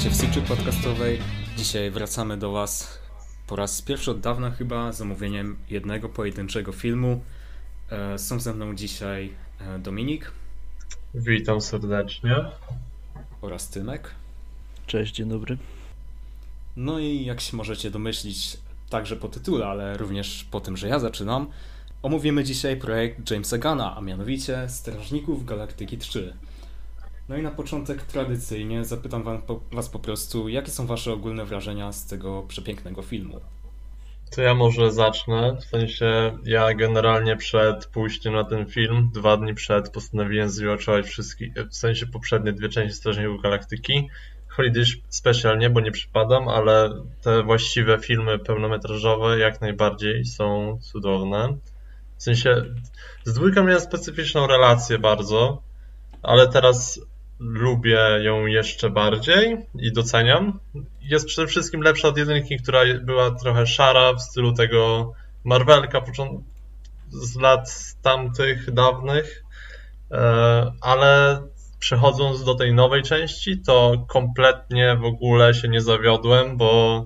Witajcie w Siczy Podcastowej. Dzisiaj wracamy do Was po raz pierwszy od dawna chyba z omówieniem jednego pojedynczego filmu. Są ze mną dzisiaj Dominik Witam serdecznie. oraz Tymek. Cześć, dzień dobry. No i jak się możecie domyślić, także po tytule, ale również po tym, że ja zaczynam, omówimy dzisiaj projekt Jamesa Gunna, a mianowicie Strażników Galaktyki 3. No i na początek tradycyjnie zapytam was po prostu, jakie są wasze ogólne wrażenia z tego przepięknego filmu? To ja może zacznę. W sensie ja generalnie przed pójściem na ten film, 2 dni przed, postanowiłem zwatchować wszystkie, w sensie poprzednie 2 części Strażników Galaktyki. Holiday Special nie, bo nie przypadam, ale te właściwe filmy pełnometrażowe jak najbardziej są cudowne. W sensie z dwójką miałem specyficzną relację bardzo, ale teraz lubię ją jeszcze bardziej i doceniam. Jest przede wszystkim lepsza od jedynki, która była trochę szara w stylu tego Marvelka z lat tamtych dawnych, ale przechodząc do tej nowej części, to kompletnie w ogóle się nie zawiodłem, bo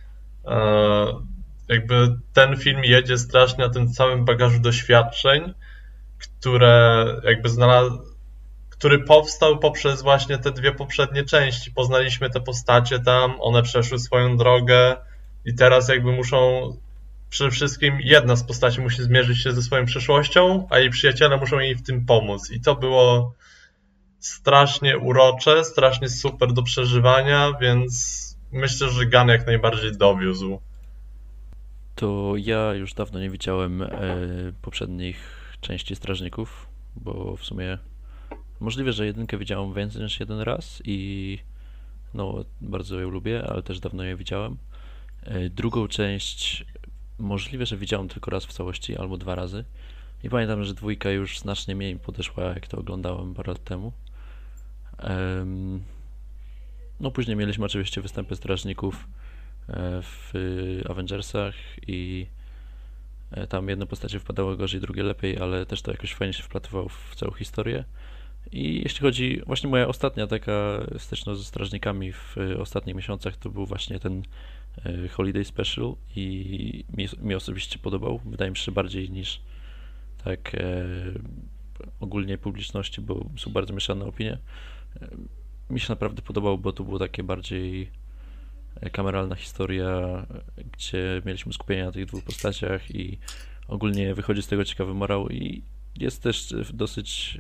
jakby ten film jedzie strasznie na tym całym bagażu doświadczeń, który powstał poprzez właśnie te 2 poprzednie części. Poznaliśmy te postacie tam, one przeszły swoją drogę i teraz jakby muszą, przede wszystkim jedna z postaci musi zmierzyć się ze swoją przeszłością, a jej przyjaciele muszą jej w tym pomóc. I to było strasznie urocze, strasznie super do przeżywania, więc myślę, że Gunn jak najbardziej dowiózł. To ja już dawno nie widziałem poprzednich części Strażników, bo w sumie możliwe, że jedynkę widziałem więcej niż jeden raz i no bardzo ją lubię, ale też dawno je widziałem. Drugą część możliwe, że widziałem tylko raz w całości albo 2 razy. I pamiętam, że dwójka już znacznie mniej podeszła, jak to oglądałem parę lat temu. No później mieliśmy oczywiście występy Strażników w Avengersach i tam jedne postacie wpadały gorzej, drugie lepiej, ale też to jakoś fajnie się wplatywało w całą historię. I jeśli chodzi, właśnie moja ostatnia taka styczność ze Strażnikami w ostatnich miesiącach, to był właśnie ten Holiday Special i mi osobiście podobał. Wydaje mi się, że bardziej niż tak ogólnie publiczności, bo są bardzo mieszane opinie. Mi się naprawdę podobał, bo to było takie bardziej kameralna historia, gdzie mieliśmy skupienie na tych 2 postaciach i ogólnie wychodzi z tego ciekawy morał i jest też dosyć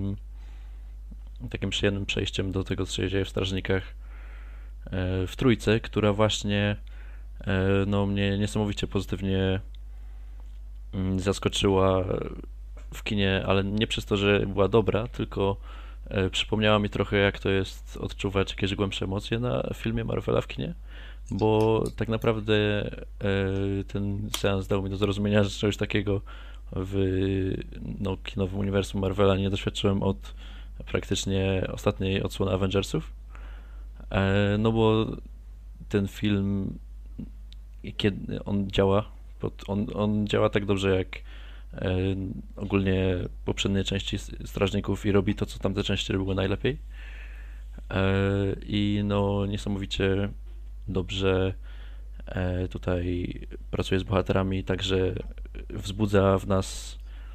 takim przyjemnym przejściem do tego, co się dzieje w Strażnikach w trójce, która właśnie no, mnie niesamowicie pozytywnie zaskoczyła w kinie, ale nie przez to, że była dobra, tylko przypomniała mi trochę, jak to jest odczuwać jakieś głębsze emocje na filmie Marvela w kinie, bo tak naprawdę ten seans dał mi do zrozumienia, że czegoś takiego w no, kinowym uniwersum Marvela nie doświadczyłem od praktycznie ostatniej odsłony Avengersów. No bo ten film, kiedy on działa, on działa tak dobrze jak ogólnie poprzednie części Strażników i robi to, co tamte części robiły najlepiej. I no niesamowicie dobrze tutaj pracuje z bohaterami, także wzbudza w nas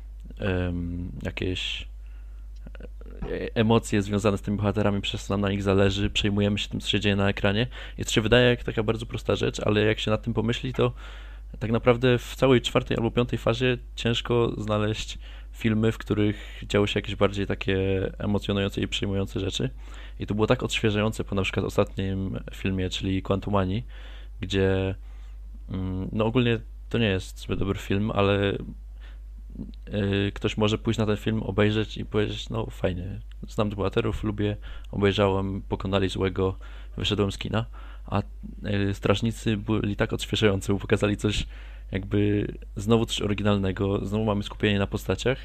jakieś emocje związane z tymi bohaterami, przez co nam na nich zależy, przejmujemy się tym, co się dzieje na ekranie. I to się wydaje jak taka bardzo prosta rzecz, ale jak się nad tym pomyśli, to tak naprawdę w całej 4. albo 5. fazie ciężko znaleźć filmy, w których działy się jakieś bardziej takie emocjonujące i przejmujące rzeczy. I to było tak odświeżające po na przykład ostatnim filmie, czyli Quantumani, gdzie no ogólnie to nie jest zbyt dobry film, ale ktoś może pójść na ten film, obejrzeć i powiedzieć, no fajnie, znam tych bohaterów, lubię, obejrzałem, pokonali złego, wyszedłem z kina, a Strażnicy byli tak odświeżający, bo pokazali coś jakby znowu coś oryginalnego, znowu mamy skupienie na postaciach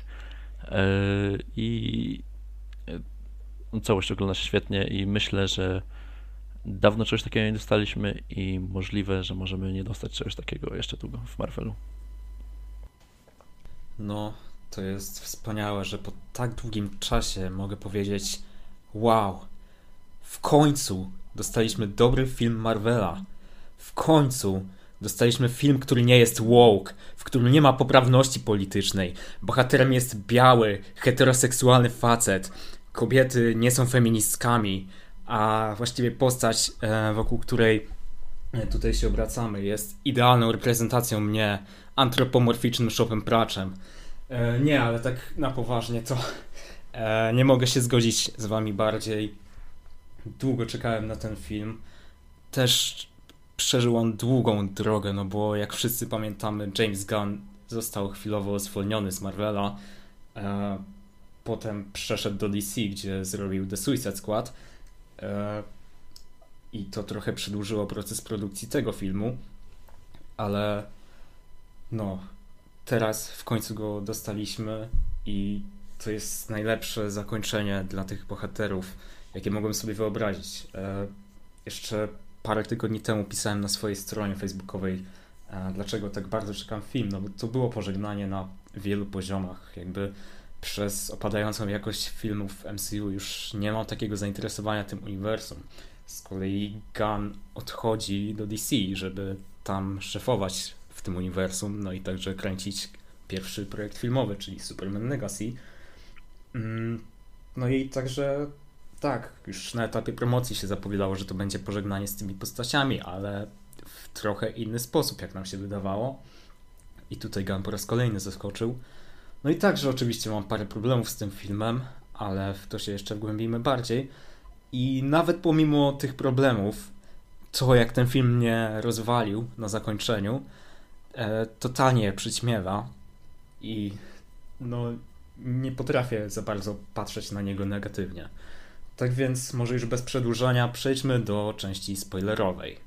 i całość ogląda się świetnie i myślę, że dawno czegoś takiego nie dostaliśmy i możliwe, że możemy nie dostać czegoś takiego jeszcze długo w Marvelu. No, to jest wspaniałe, że po tak długim czasie mogę powiedzieć wow, w końcu dostaliśmy dobry film Marvela. W końcu dostaliśmy film, który nie jest woke, w którym nie ma poprawności politycznej. Bohaterem jest biały, heteroseksualny facet. Kobiety nie są feministkami, a właściwie postać, wokół której tutaj się obracamy, jest idealną reprezentacją mnie, antropomorficznym Chopem Praczem. Nie, ale tak na poważnie to nie mogę się zgodzić z wami bardziej. Długo czekałem na ten film. Też przeżył on długą drogę, no bo jak wszyscy pamiętamy, James Gunn został chwilowo zwolniony z Marvela. Potem przeszedł do DC, gdzie zrobił The Suicide Squad. I to trochę przedłużyło proces produkcji tego filmu. Ale no, teraz w końcu go dostaliśmy i to jest najlepsze zakończenie dla tych bohaterów, jakie mogłem sobie wyobrazić. Jeszcze parę tygodni temu pisałem na swojej stronie facebookowej, dlaczego tak bardzo czekam film, no bo to było pożegnanie na wielu poziomach. Jakby przez opadającą jakość filmów MCU już nie mam takiego zainteresowania tym uniwersum. Z kolei Gunn odchodzi do DC, żeby tam szefować w tym uniwersum, no i także kręcić pierwszy projekt filmowy, czyli Superman Legacy. No i także tak, już na etapie promocji się zapowiadało, że to będzie pożegnanie z tymi postaciami, ale w trochę inny sposób, jak nam się wydawało. I tutaj Gunn po raz kolejny zaskoczył. No i także oczywiście mam parę problemów z tym filmem, ale w to się jeszcze wgłębimy bardziej. I nawet pomimo tych problemów, to jak ten film mnie rozwalił na zakończeniu, totalnie przyćmiewa i no nie potrafię za bardzo patrzeć na niego negatywnie. Tak więc może już bez przedłużania przejdźmy do części spoilerowej.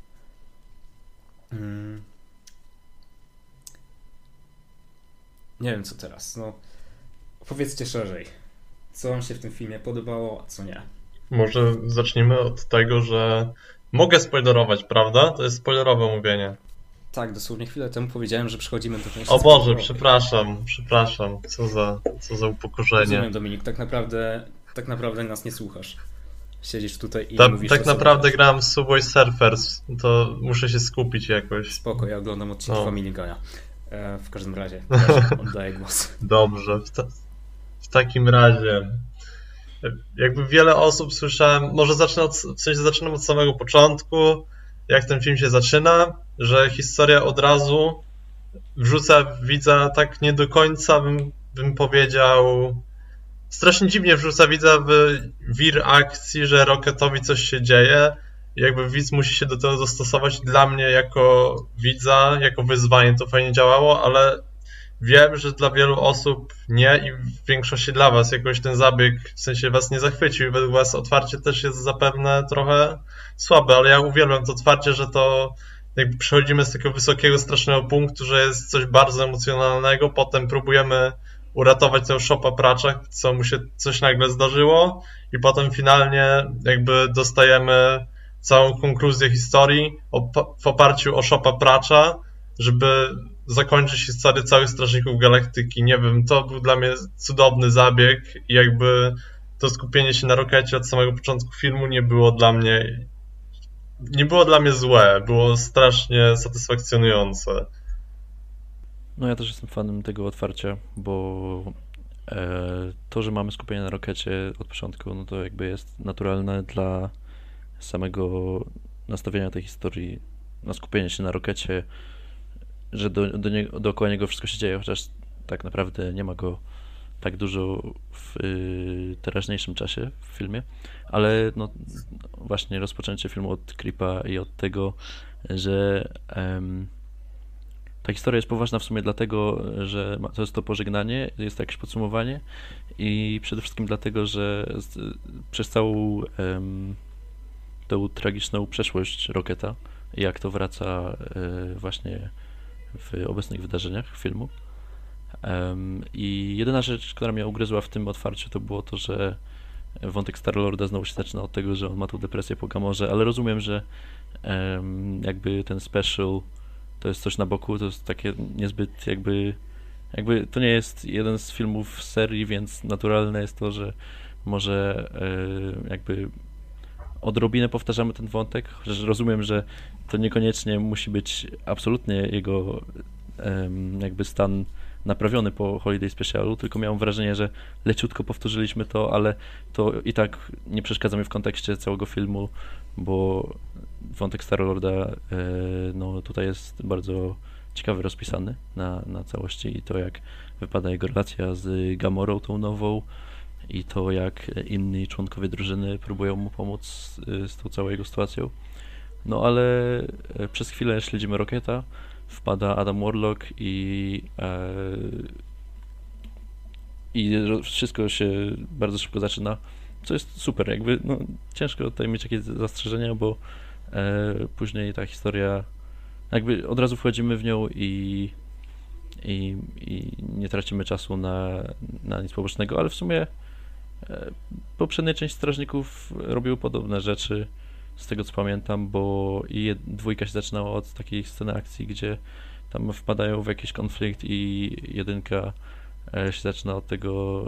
Nie wiem co teraz, no powiedzcie szerzej, co wam się w tym filmie podobało, a co nie. Może zacznijmy od tego, że mogę spoilerować, prawda? To jest spoilerowe mówienie. Tak, dosłownie chwilę temu powiedziałem, że przechodzimy do części O Boże, spoilerowej. przepraszam. Co za upokorzenie. Rozumiem, Dominik, tak naprawdę nas nie słuchasz. Siedzisz tutaj i mówisz Tak to sobie naprawdę teraz. grałem w Subway Surfers, to muszę się skupić jakoś. Spoko, ja oglądam odcinek No. Family Guy'a. W każdym razie, oddaję głos. Dobrze, w takim razie jakby wiele osób słyszałem, może zaczynam od samego początku, jak ten film się zaczyna, że historia od razu wrzuca widza tak nie do końca bym powiedział, strasznie dziwnie wrzuca widza w wir akcji, że Rocketowi coś się dzieje. Jakby widz musi się do tego dostosować. Dla mnie jako widza, jako wyzwanie to fajnie działało, ale wiem, że dla wielu osób nie i w większości dla was jakoś ten zabieg w sensie was nie zachwycił i według was otwarcie też jest zapewne trochę słabe, ale ja uwielbiam to otwarcie, że to jakby przechodzimy z takiego wysokiego, strasznego punktu, że jest coś bardzo emocjonalnego, potem próbujemy uratować tego Chopa Pracza, co mu się coś nagle zdarzyło i potem finalnie jakby dostajemy całą konkluzję historii w oparciu o Chopa Pracza, żeby zakończyć historię całych Strażników Galaktyki. Nie wiem, to był dla mnie cudowny zabieg i jakby to skupienie się na Rokecie od samego początku filmu nie było dla mnie złe, było strasznie satysfakcjonujące. No ja też jestem fanem tego otwarcia, bo to, że mamy skupienie na Rokecie od początku, no to jakby jest naturalne dla samego nastawienia tej historii, na skupienie się na Rokecie, że dookoła niego wszystko się dzieje, chociaż tak naprawdę nie ma go tak dużo w teraźniejszym czasie w filmie, ale no właśnie rozpoczęcie filmu od Creepa i od tego, że ta historia jest poważna w sumie dlatego, że to jest to pożegnanie, jest to jakieś podsumowanie i przede wszystkim dlatego, że przez całą tą tragiczną przeszłość Rocketa, jak to wraca właśnie w obecnych wydarzeniach filmu. I jedyna rzecz, która mnie ugryzła w tym otwarciu, to było to, że wątek Star-Lorda znowu się zaczyna od tego, że on ma tą depresję po Gamorze, ale rozumiem, że jakby ten special to jest coś na boku, to jest takie niezbyt jakby to nie jest jeden z filmów z serii, więc naturalne jest to, że może jakby odrobinę powtarzamy ten wątek, chociaż rozumiem, że to niekoniecznie musi być absolutnie jego jakby stan naprawiony po Holiday Specialu, tylko miałem wrażenie, że leciutko powtórzyliśmy to, ale to i tak nie przeszkadza mi w kontekście całego filmu, bo wątek Star-Lorda no tutaj jest bardzo ciekawy rozpisany na całości i to jak wypada jego relacja z Gamorą tą nową i to jak inni członkowie drużyny próbują mu pomóc z tą całą jego sytuacją. No ale przez chwilę śledzimy Rocketa, wpada Adam Warlock i wszystko się bardzo szybko zaczyna, co jest super, jakby no, ciężko tutaj mieć jakieś zastrzeżenia, bo później ta historia, jakby od razu wchodzimy w nią i nie tracimy czasu na nic pobocznego, ale w sumie poprzednia część Strażników robił podobne rzeczy, z tego co pamiętam, bo dwójka się zaczynała od takiej sceny akcji, gdzie tam wpadają w jakiś konflikt i jedynka się zaczyna od tego.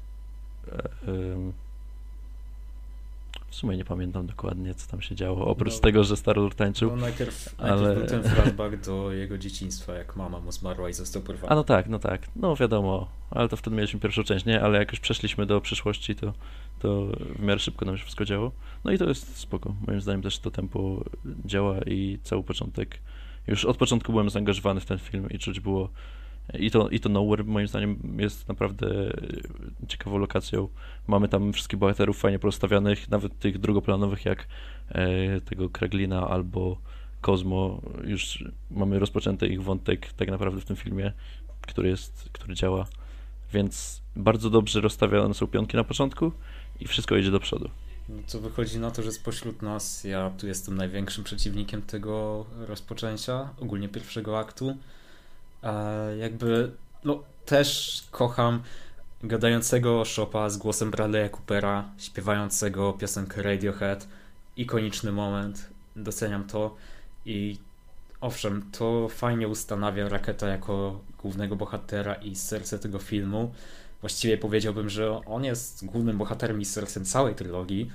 W sumie nie pamiętam dokładnie, co tam się działo, oprócz tego, że Star-Lord tańczył. No najpierw był ten flashback do jego dzieciństwa, jak mama mu zmarła i został porwany. A no tak, no wiadomo, ale to wtedy mieliśmy pierwszą część, nie? Ale jak już przeszliśmy do przyszłości, to w miarę szybko nam się wszystko działo. No i to jest spoko. Moim zdaniem też to tempo działa i cały początek, już od początku byłem zaangażowany w ten film i czuć było. I to Nowhere moim zdaniem jest naprawdę ciekawą lokacją. Mamy tam wszystkich bohaterów fajnie porozstawianych, nawet tych drugoplanowych jak tego Kraglina albo Kozmo. Już mamy rozpoczęty ich wątek tak naprawdę w tym filmie, który działa. Więc bardzo dobrze rozstawione są pionki na początku i wszystko idzie do przodu. No co wychodzi na to, że spośród nas ja tu jestem największym przeciwnikiem tego rozpoczęcia, ogólnie pierwszego aktu. Jakby, no też kocham gadającego Shopa z głosem Bradley'a Coopera, śpiewającego piosenkę Radiohead. Ikoniczny moment, doceniam to i owszem, to fajnie ustanawia Rocketa jako głównego bohatera i serce tego filmu. Właściwie powiedziałbym, że on jest głównym bohaterem i sercem całej trylogii.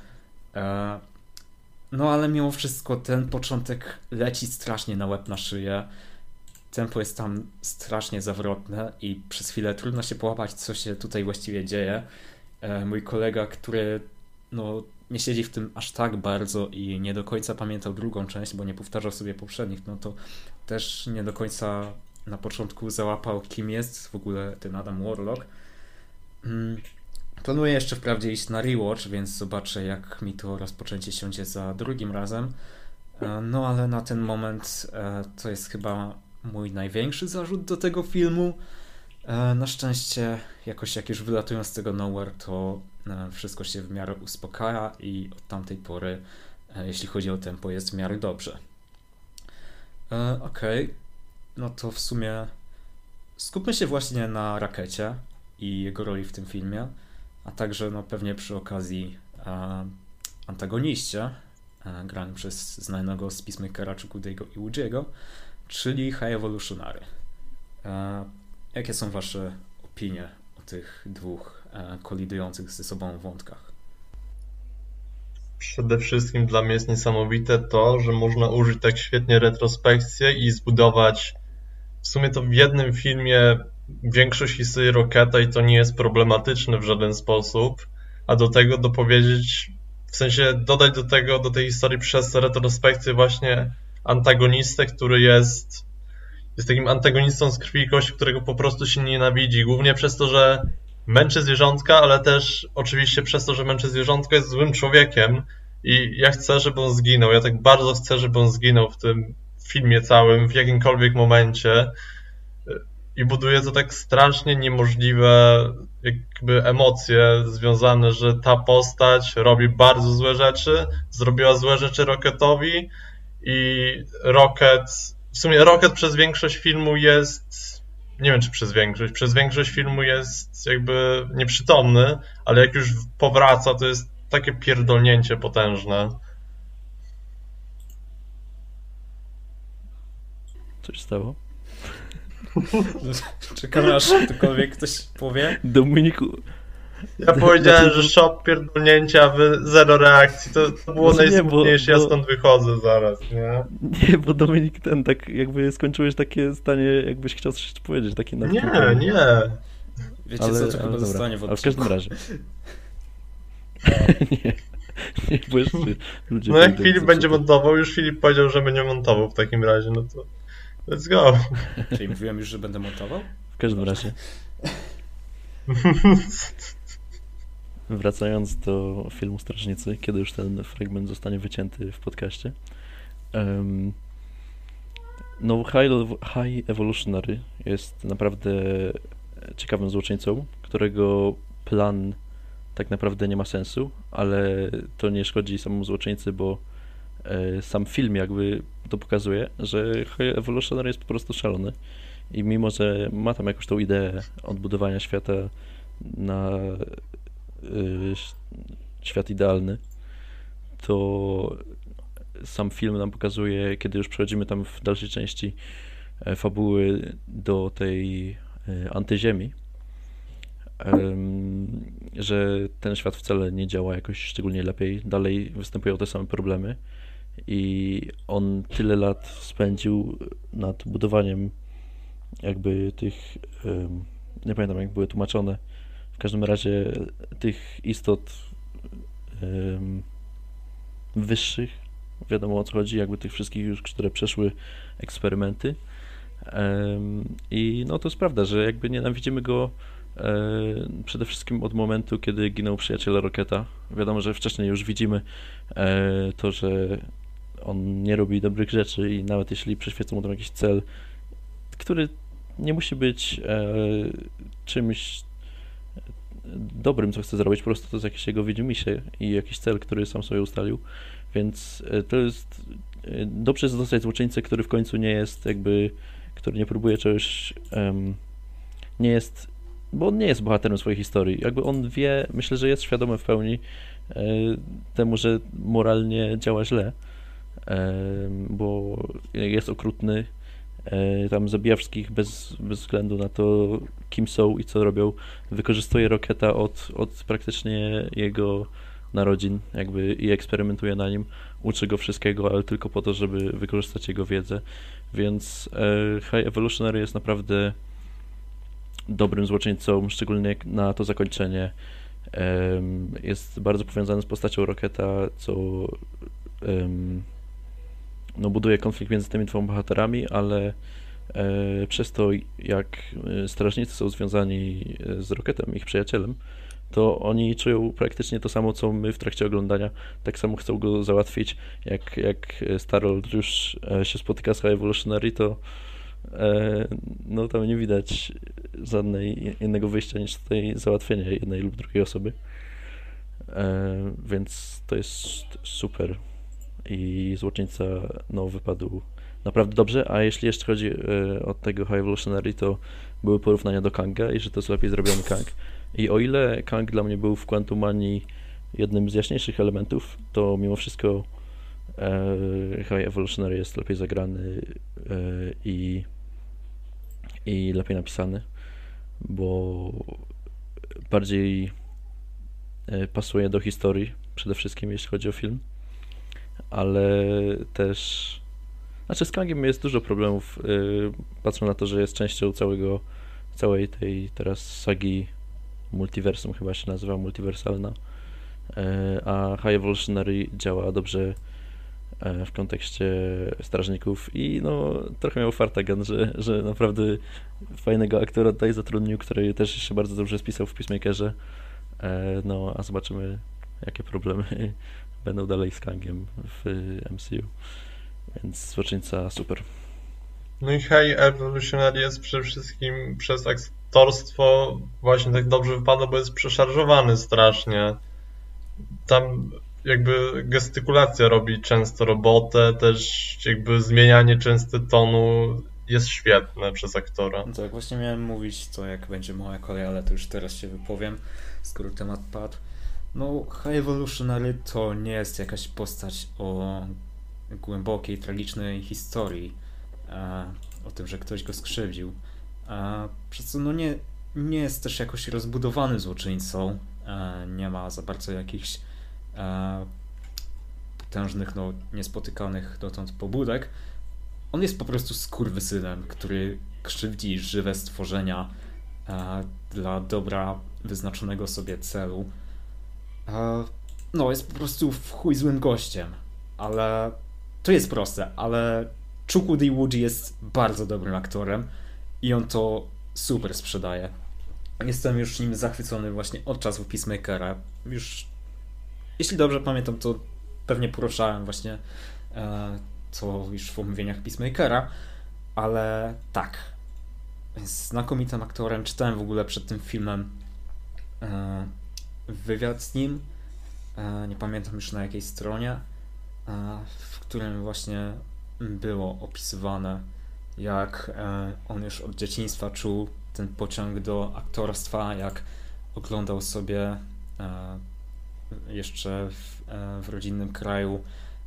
No ale mimo wszystko ten początek leci strasznie na łeb na szyję. Tempo jest tam strasznie zawrotne i przez chwilę trudno się połapać, co się tutaj właściwie dzieje. Mój kolega, który no, nie siedzi w tym aż tak bardzo i nie do końca pamiętał drugą część, bo nie powtarzał sobie poprzednich, no to też nie do końca na początku załapał, kim jest w ogóle ten Adam Warlock. Planuję jeszcze wprawdzie iść na rewatch, więc zobaczę, jak mi to rozpoczęcie siądzie za drugim razem. No ale na ten moment to jest chyba mój największy zarzut do tego filmu. Na szczęście jakoś jak już wylatują z tego Nowhere, to wszystko się w miarę uspokaja i od tamtej pory, jeśli chodzi o tempo, jest w miarę dobrze. Okej. No to w sumie skupmy się właśnie na Rockecie i jego roli w tym filmie, a także no pewnie przy okazji antagoniście granym przez znanego z Peacemakera Chukudego i Woody'ego, czyli High Evolutionary. Jakie są wasze opinie o tych dwóch kolidujących ze sobą wątkach? Przede wszystkim dla mnie jest niesamowite to, że można użyć tak świetnie retrospekcji i zbudować w sumie to w jednym filmie większość historii Rocketa i to nie jest problematyczne w żaden sposób, a do tego dopowiedzieć, w sensie dodać do tej historii przez retrospekcję właśnie antagonistę, który jest takim antagonistą z krwi i kości, którego po prostu się nienawidzi, głównie przez to, że męczy zwierzątka, ale też oczywiście przez to, że męczy zwierzątka, jest złym człowiekiem i ja chcę, żeby on zginął. Ja tak bardzo chcę, żeby on zginął w tym filmie całym, w jakimkolwiek momencie i buduje to tak strasznie niemożliwe jakby emocje związane, że ta postać robi bardzo złe rzeczy, zrobiła złe rzeczy Rocketowi i w sumie Rocket przez większość filmu jest, nie wiem czy przez większość filmu jest jakby nieprzytomny, ale jak już powraca, to jest takie pierdolnięcie potężne. Co się stało? Czekam aż ktokolwiek ktoś powie. Dominiku, Ja powiedziałem, że szok pierdolnięcia, a wy zero reakcji. To było Znaczy nie, najsmutniejsze, ja bo- stąd wychodzę zaraz, nie? Nie, bo Dominik, ten tak jakby skończyłeś takie zdanie, jakbyś chciał coś powiedzieć, taki na Nie, nie. Wiecie ale, co, to ale chyba dobra. zostanie w Ale w każdym odcinku. razie. Nie, nie, bo jeszcze ludzie No jak wyjdą, Filip co będzie to- montował, już Filip powiedział, że będzie montował w takim razie, no to let's go. Czyli mówiłem już, że będę montował? W każdym razie, wracając do filmu Strażnicy, kiedy już ten fragment zostanie wycięty w podcaście. No, High Evolutionary jest naprawdę ciekawym złoczyńcą, którego plan tak naprawdę nie ma sensu, ale to nie szkodzi samemu złoczyńcy, bo sam film jakby to pokazuje, że High Evolutionary jest po prostu szalony i mimo, że ma tam jakąś tą ideę odbudowania świata na świat idealny, to sam film nam pokazuje, kiedy już przechodzimy tam w dalszej części fabuły do tej antyziemi, że ten świat wcale nie działa jakoś szczególnie lepiej. Dalej występują te same problemy i on tyle lat spędził nad budowaniem jakby tych, nie pamiętam jak były tłumaczone, w każdym razie tych istot wyższych, wiadomo o co chodzi, jakby tych wszystkich już, które przeszły eksperymenty. I no to jest prawda, że jakby nienawidzimy go przede wszystkim od momentu, kiedy ginął przyjaciel Rocketa. Wiadomo, że wcześniej już widzimy to, że on nie robi dobrych rzeczy i nawet jeśli przyświeca mu tam jakiś cel, który nie musi być czymś dobrym, co chce zrobić, po prostu to jest jakiś jego widzimisię i jakiś cel, który sam sobie ustalił, więc to jest dobrze jest dostać złoczyńcę, który w końcu nie jest jakby, który nie próbuje czegoś, nie jest, bo on nie jest bohaterem swojej historii, jakby on wie, myślę, że jest świadomy w pełni temu, że moralnie działa źle, bo jest okrutny, tam zabija wszystkich bez względu na to, kim są i co robią. Wykorzystuje Rocketa od praktycznie jego narodzin jakby i eksperymentuje na nim. Uczy go wszystkiego, ale tylko po to, żeby wykorzystać jego wiedzę. Więc High Evolutionary jest naprawdę dobrym złoczyńcą, szczególnie na to zakończenie. Jest bardzo powiązany z postacią Rocketa, co no, buduje konflikt między tymi dwoma bohaterami, ale przez to, jak strażnicy są związani z Rocketem, ich przyjacielem, to oni czują praktycznie to samo, co my w trakcie oglądania. Tak samo chcą go załatwić, jak Star-Lord już się spotyka z High Evolutionary, to no tam nie widać żadnej innego wyjścia niż tutaj załatwienie jednej lub drugiej osoby. Więc to jest super. I złoczyńca no, wypadł naprawdę dobrze, a jeśli jeszcze chodzi o tego High Evolutionary, to były porównania do Kanga i że to jest lepiej zrobiony Kang. I o ile Kang dla mnie był w Quantumanii jednym z jaśniejszych elementów, to mimo wszystko High Evolutionary jest lepiej zagrany i lepiej napisany, bo bardziej pasuje do historii przede wszystkim, jeśli chodzi o film. Ale też... Znaczy z Kangiem jest dużo problemów, patrząc na to, że jest częścią całej tej teraz sagi multiversum, chyba się nazywa, multiwersalna, a High Evolutionary działa dobrze w kontekście strażników i no trochę miał fartagan, że naprawdę fajnego aktora tutaj zatrudnił, który też się bardzo dobrze spisał w Peacemakerze, no a zobaczymy jakie problemy będą dalej z Kangiem w MCU. Więc złoczyńca super. No i High Evolutionary jest przede wszystkim przez aktorstwo właśnie tak dobrze wypada, bo jest przeszarżowany strasznie. Tam jakby gestykulacja robi często robotę, też jakby zmienianie często tonu jest świetne przez aktora. No tak, właśnie miałem mówić to, jak będzie moja kolej, ale to już teraz się wypowiem, skoro temat padł. No, High Evolutionary to nie jest jakaś postać o głębokiej, tragicznej historii, o tym, że ktoś go skrzywdził. Przez co no nie jest też jakoś rozbudowany złoczyńcą, nie ma za bardzo jakichś potężnych, no niespotykanych dotąd pobudek. On jest po prostu skurwysynem, który krzywdzi żywe stworzenia dla dobra wyznaczonego sobie celu. No, jest po prostu w chuj złym gościem, ale to jest proste, ale Chukwudi Iwuji jest bardzo dobrym aktorem i on to super sprzedaje. Jestem już nim zachwycony właśnie od czasów Peacemakera. Już, jeśli dobrze pamiętam, to pewnie poruszałem właśnie to już w omówieniach Peacemakera, ale tak, jest znakomitym aktorem. Czytałem w ogóle przed tym filmem wywiad z nim, nie pamiętam już na jakiej stronie, w którym właśnie było opisywane, jak on już od dzieciństwa czuł ten pociąg do aktorstwa, jak oglądał sobie jeszcze w rodzinnym kraju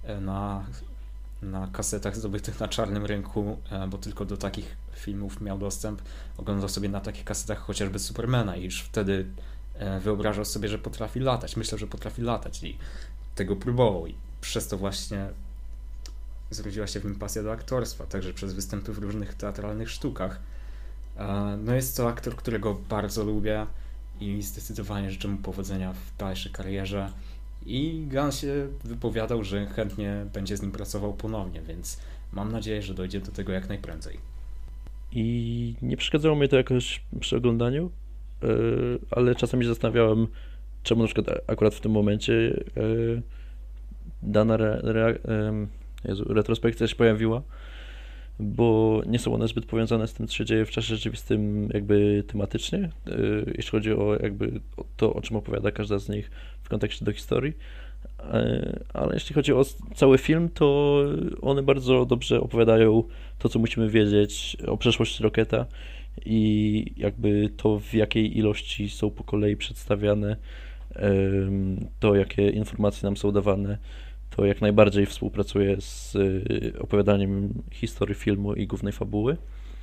na kasetach zdobytych na czarnym rynku, bo tylko do takich filmów miał dostęp. Oglądał sobie na takich kasetach chociażby Supermana i już wtedy wyobrażał sobie, że potrafi latać. Myślał, że potrafi latać i tego próbował i przez to właśnie zrodziła się w nim pasja do aktorstwa, także przez występy w różnych teatralnych sztukach. No jest to aktor, którego bardzo lubię i zdecydowanie życzę mu powodzenia w dalszej karierze. I Gunn się wypowiadał, że chętnie będzie z nim pracował ponownie, więc mam nadzieję, że dojdzie do tego jak najprędzej. I nie przeszkadzało mnie to jakoś przy oglądaniu, ale czasami się zastanawiałem, czemu na przykład akurat w tym momencie dana retrospekcja się pojawiła, bo nie są one zbyt powiązane z tym, co się dzieje w czasie rzeczywistym jakby tematycznie, jeśli chodzi o jakby to, o czym opowiada każda z nich w kontekście do historii, ale jeśli chodzi o cały film, to one bardzo dobrze opowiadają to, co musimy wiedzieć o przeszłości Rocketa i jakby to, w jakiej ilości są po kolei przedstawiane, to, jakie informacje nam są dawane, to jak najbardziej współpracuje z opowiadaniem historii filmu i głównej fabuły.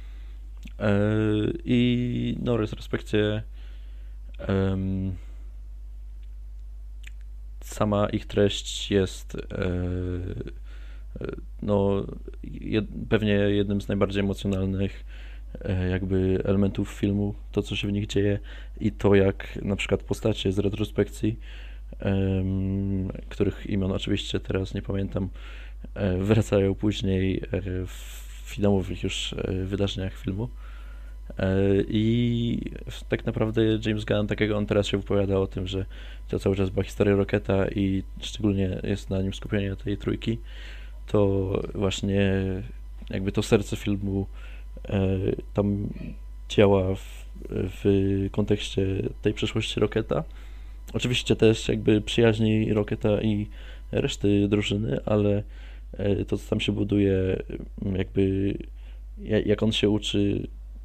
I no, w retrospekcie sama ich treść jest no, pewnie jednym z najbardziej emocjonalnych jakby elementów filmu, to co się w nich dzieje i to jak na przykład postacie z retrospekcji, których imion oczywiście teraz nie pamiętam, wracają później w finałowych już wydarzeniach filmu. I tak naprawdę James Gunn, tak jak on teraz się wypowiada o tym, że to cały czas była historia Rocketa i szczególnie jest na nim skupienie tej trójki, to właśnie jakby to serce filmu tam działa w kontekście tej przeszłości Rocketa. Oczywiście też jakby przyjaźni Rocketa i reszty drużyny, ale to, co tam się buduje, jakby jak on się uczy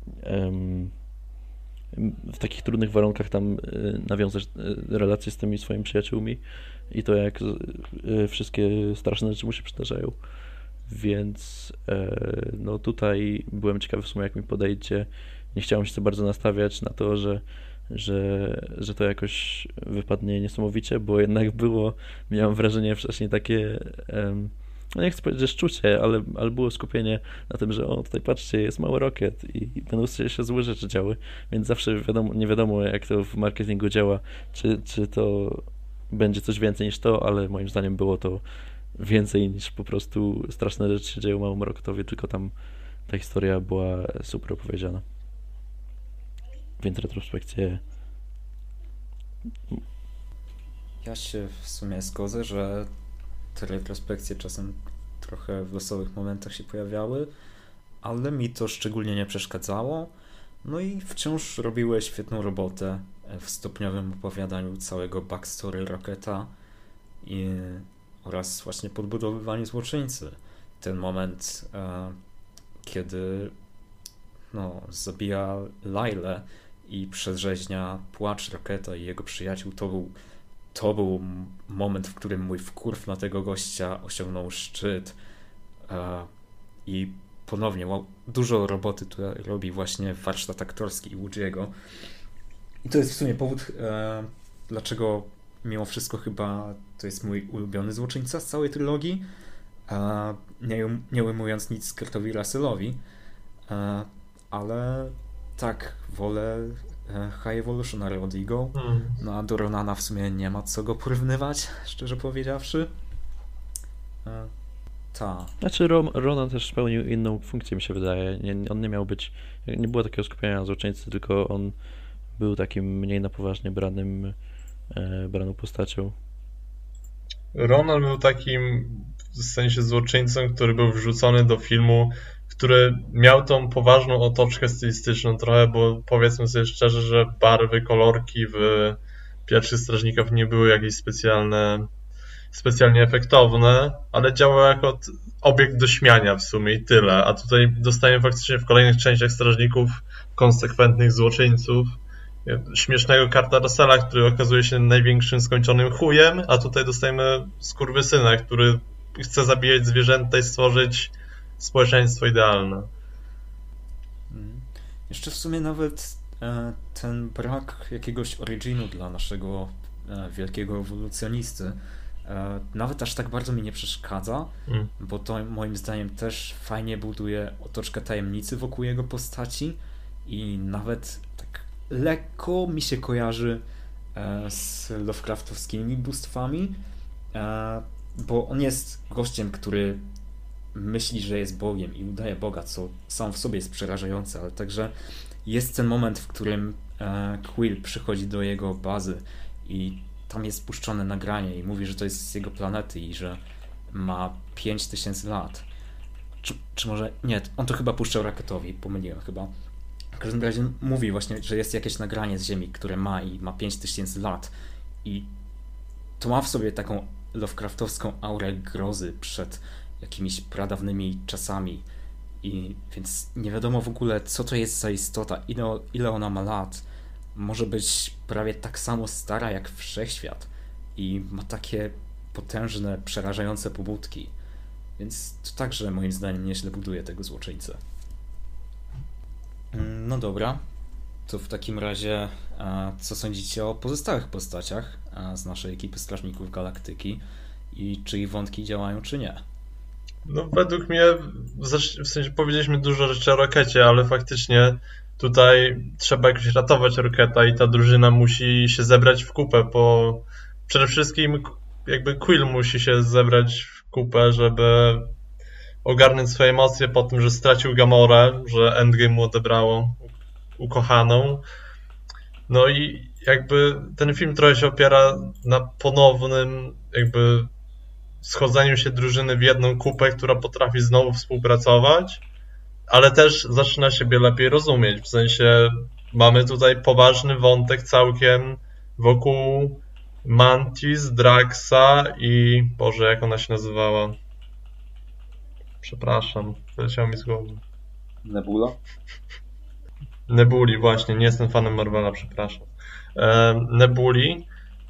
w takich trudnych warunkach tam nawiązać relacje z tymi swoimi przyjaciółmi i to, jak wszystkie straszne rzeczy mu się przydarzają. Więc no tutaj byłem ciekawy w sumie, jak mi podejdzie. Nie chciałem się za bardzo nastawiać na to, że to jakoś wypadnie niesamowicie, bo jednak miałem wrażenie wcześniej takie, no nie chcę powiedzieć, że szczucie, ale było skupienie na tym, że tutaj patrzcie, jest mały Rocket i będą się złe rzeczy działy, więc zawsze nie wiadomo, jak to w marketingu działa, czy to będzie coś więcej niż to, ale moim zdaniem było to więcej niż po prostu straszne rzeczy się dzieją małemu Rocketowi, tylko tam ta historia była super opowiedziana. Więc retrospekcje. Ja się w sumie zgodzę, że te retrospekcje czasem trochę w losowych momentach się pojawiały, ale mi to szczególnie nie przeszkadzało. No i wciąż robiły świetną robotę w stopniowym opowiadaniu całego backstory Rocketa oraz właśnie podbudowywaniu złoczyńcy. Ten moment, kiedy zabija Lailę i przedrzeźnia płacz Rocketa i jego przyjaciół, to był moment, w którym mój wkurw na tego gościa osiągnął szczyt. I ponownie dużo roboty tutaj robi właśnie warsztat aktorski Iwujiego. I to jest w sumie powód, dlaczego mimo wszystko chyba to jest mój ulubiony złoczyńca z całej trylogii, nie ujmując nic Kurtowi Russellowi, ale tak, wolę High Evolutionary od Ego. No a do Ronana w sumie nie ma co go porównywać, szczerze powiedziawszy. Znaczy Ronan też spełnił inną funkcję, mi się wydaje. On nie miał być, nie było takiego skupienia na złoczyńcy, tylko on był takim mniej na poważnie braną postacią. Ronan był takim w sensie złoczyńcą, który był wrzucony do filmu, który miał tą poważną otoczkę stylistyczną trochę, bo powiedzmy sobie szczerze, że barwy, kolorki w Pierwszych Strażnikach nie były jakieś specjalnie efektowne, ale działał jako obiekt do śmiania w sumie i tyle. A tutaj dostajemy faktycznie w kolejnych częściach Strażników konsekwentnych złoczyńców. Śmiesznego Kurta Russella, który okazuje się największym skończonym chujem, a tutaj dostajemy skurwysyna, który chce zabijać zwierzęta i stworzyć społeczeństwo idealne. Jeszcze w sumie nawet ten brak jakiegoś originu dla naszego wielkiego ewolucjonisty nawet aż tak bardzo mi nie przeszkadza, bo to moim zdaniem też fajnie buduje otoczkę tajemnicy wokół jego postaci i nawet tak lekko mi się kojarzy z Lovecraftowskimi bóstwami, bo on jest gościem, który myśli, że jest Bogiem i udaje Boga, co sam w sobie jest przerażające, ale także jest ten moment, w którym Quill przychodzi do jego bazy i tam jest puszczone nagranie i mówi, że to jest z jego planety i że ma 5000 lat. Czy może... Nie, on to chyba puszczał Rocketowi, pomyliłem chyba. W każdym razie mówi właśnie, że jest jakieś nagranie z Ziemi, które ma 5000 lat i to ma w sobie taką Lovecraftowską aurę grozy przed jakimiś pradawnymi czasami i więc nie wiadomo w ogóle, co to jest za istota, ile ona ma lat. Może być prawie tak samo stara jak Wszechświat i ma takie potężne, przerażające pobudki. Więc to także moim zdaniem nieźle buduje tego złoczyńcę. No dobra, to w takim razie co sądzicie o pozostałych postaciach z naszej ekipy Strażników Galaktyki i czy ich wątki działają, czy nie? No według mnie, w sensie powiedzieliśmy dużo rzeczy o Rokecie, ale faktycznie tutaj trzeba jakoś ratować Roketa i ta drużyna musi się zebrać w kupę, bo przede wszystkim jakby Quill musi się zebrać w kupę, żeby ogarnąć swoje emocje po tym, że stracił Gamorę, że Endgame mu odebrało ukochaną. No i jakby ten film trochę się opiera na ponownym jakby schodzeniu się drużyny w jedną kupę, która potrafi znowu współpracować, ale też zaczyna siebie lepiej rozumieć. W sensie mamy tutaj poważny wątek całkiem wokół Mantis, Draxa i... Boże, jak ona się nazywała? Przepraszam, wyleciało mi z głowy. Nebula? Nebuli, właśnie, nie jestem fanem Marvela, przepraszam. Nebuli,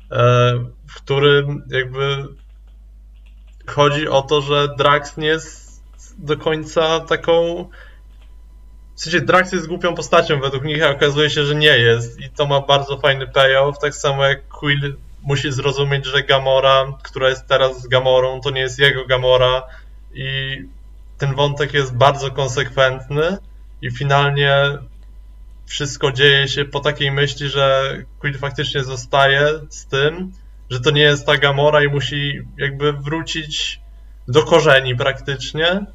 w którym jakby chodzi o to, że Drax nie jest do końca taką... W sensie Drax jest głupią postacią według nich, a okazuje się, że nie jest. I to ma bardzo fajny payoff, tak samo jak Quill musi zrozumieć, że Gamora, która jest teraz z Gamorą, to nie jest jego Gamora i ten wątek jest bardzo konsekwentny i finalnie wszystko dzieje się po takiej myśli, że Quill faktycznie zostaje z tym, że to nie jest ta Gamora i musi jakby wrócić do korzeni praktycznie.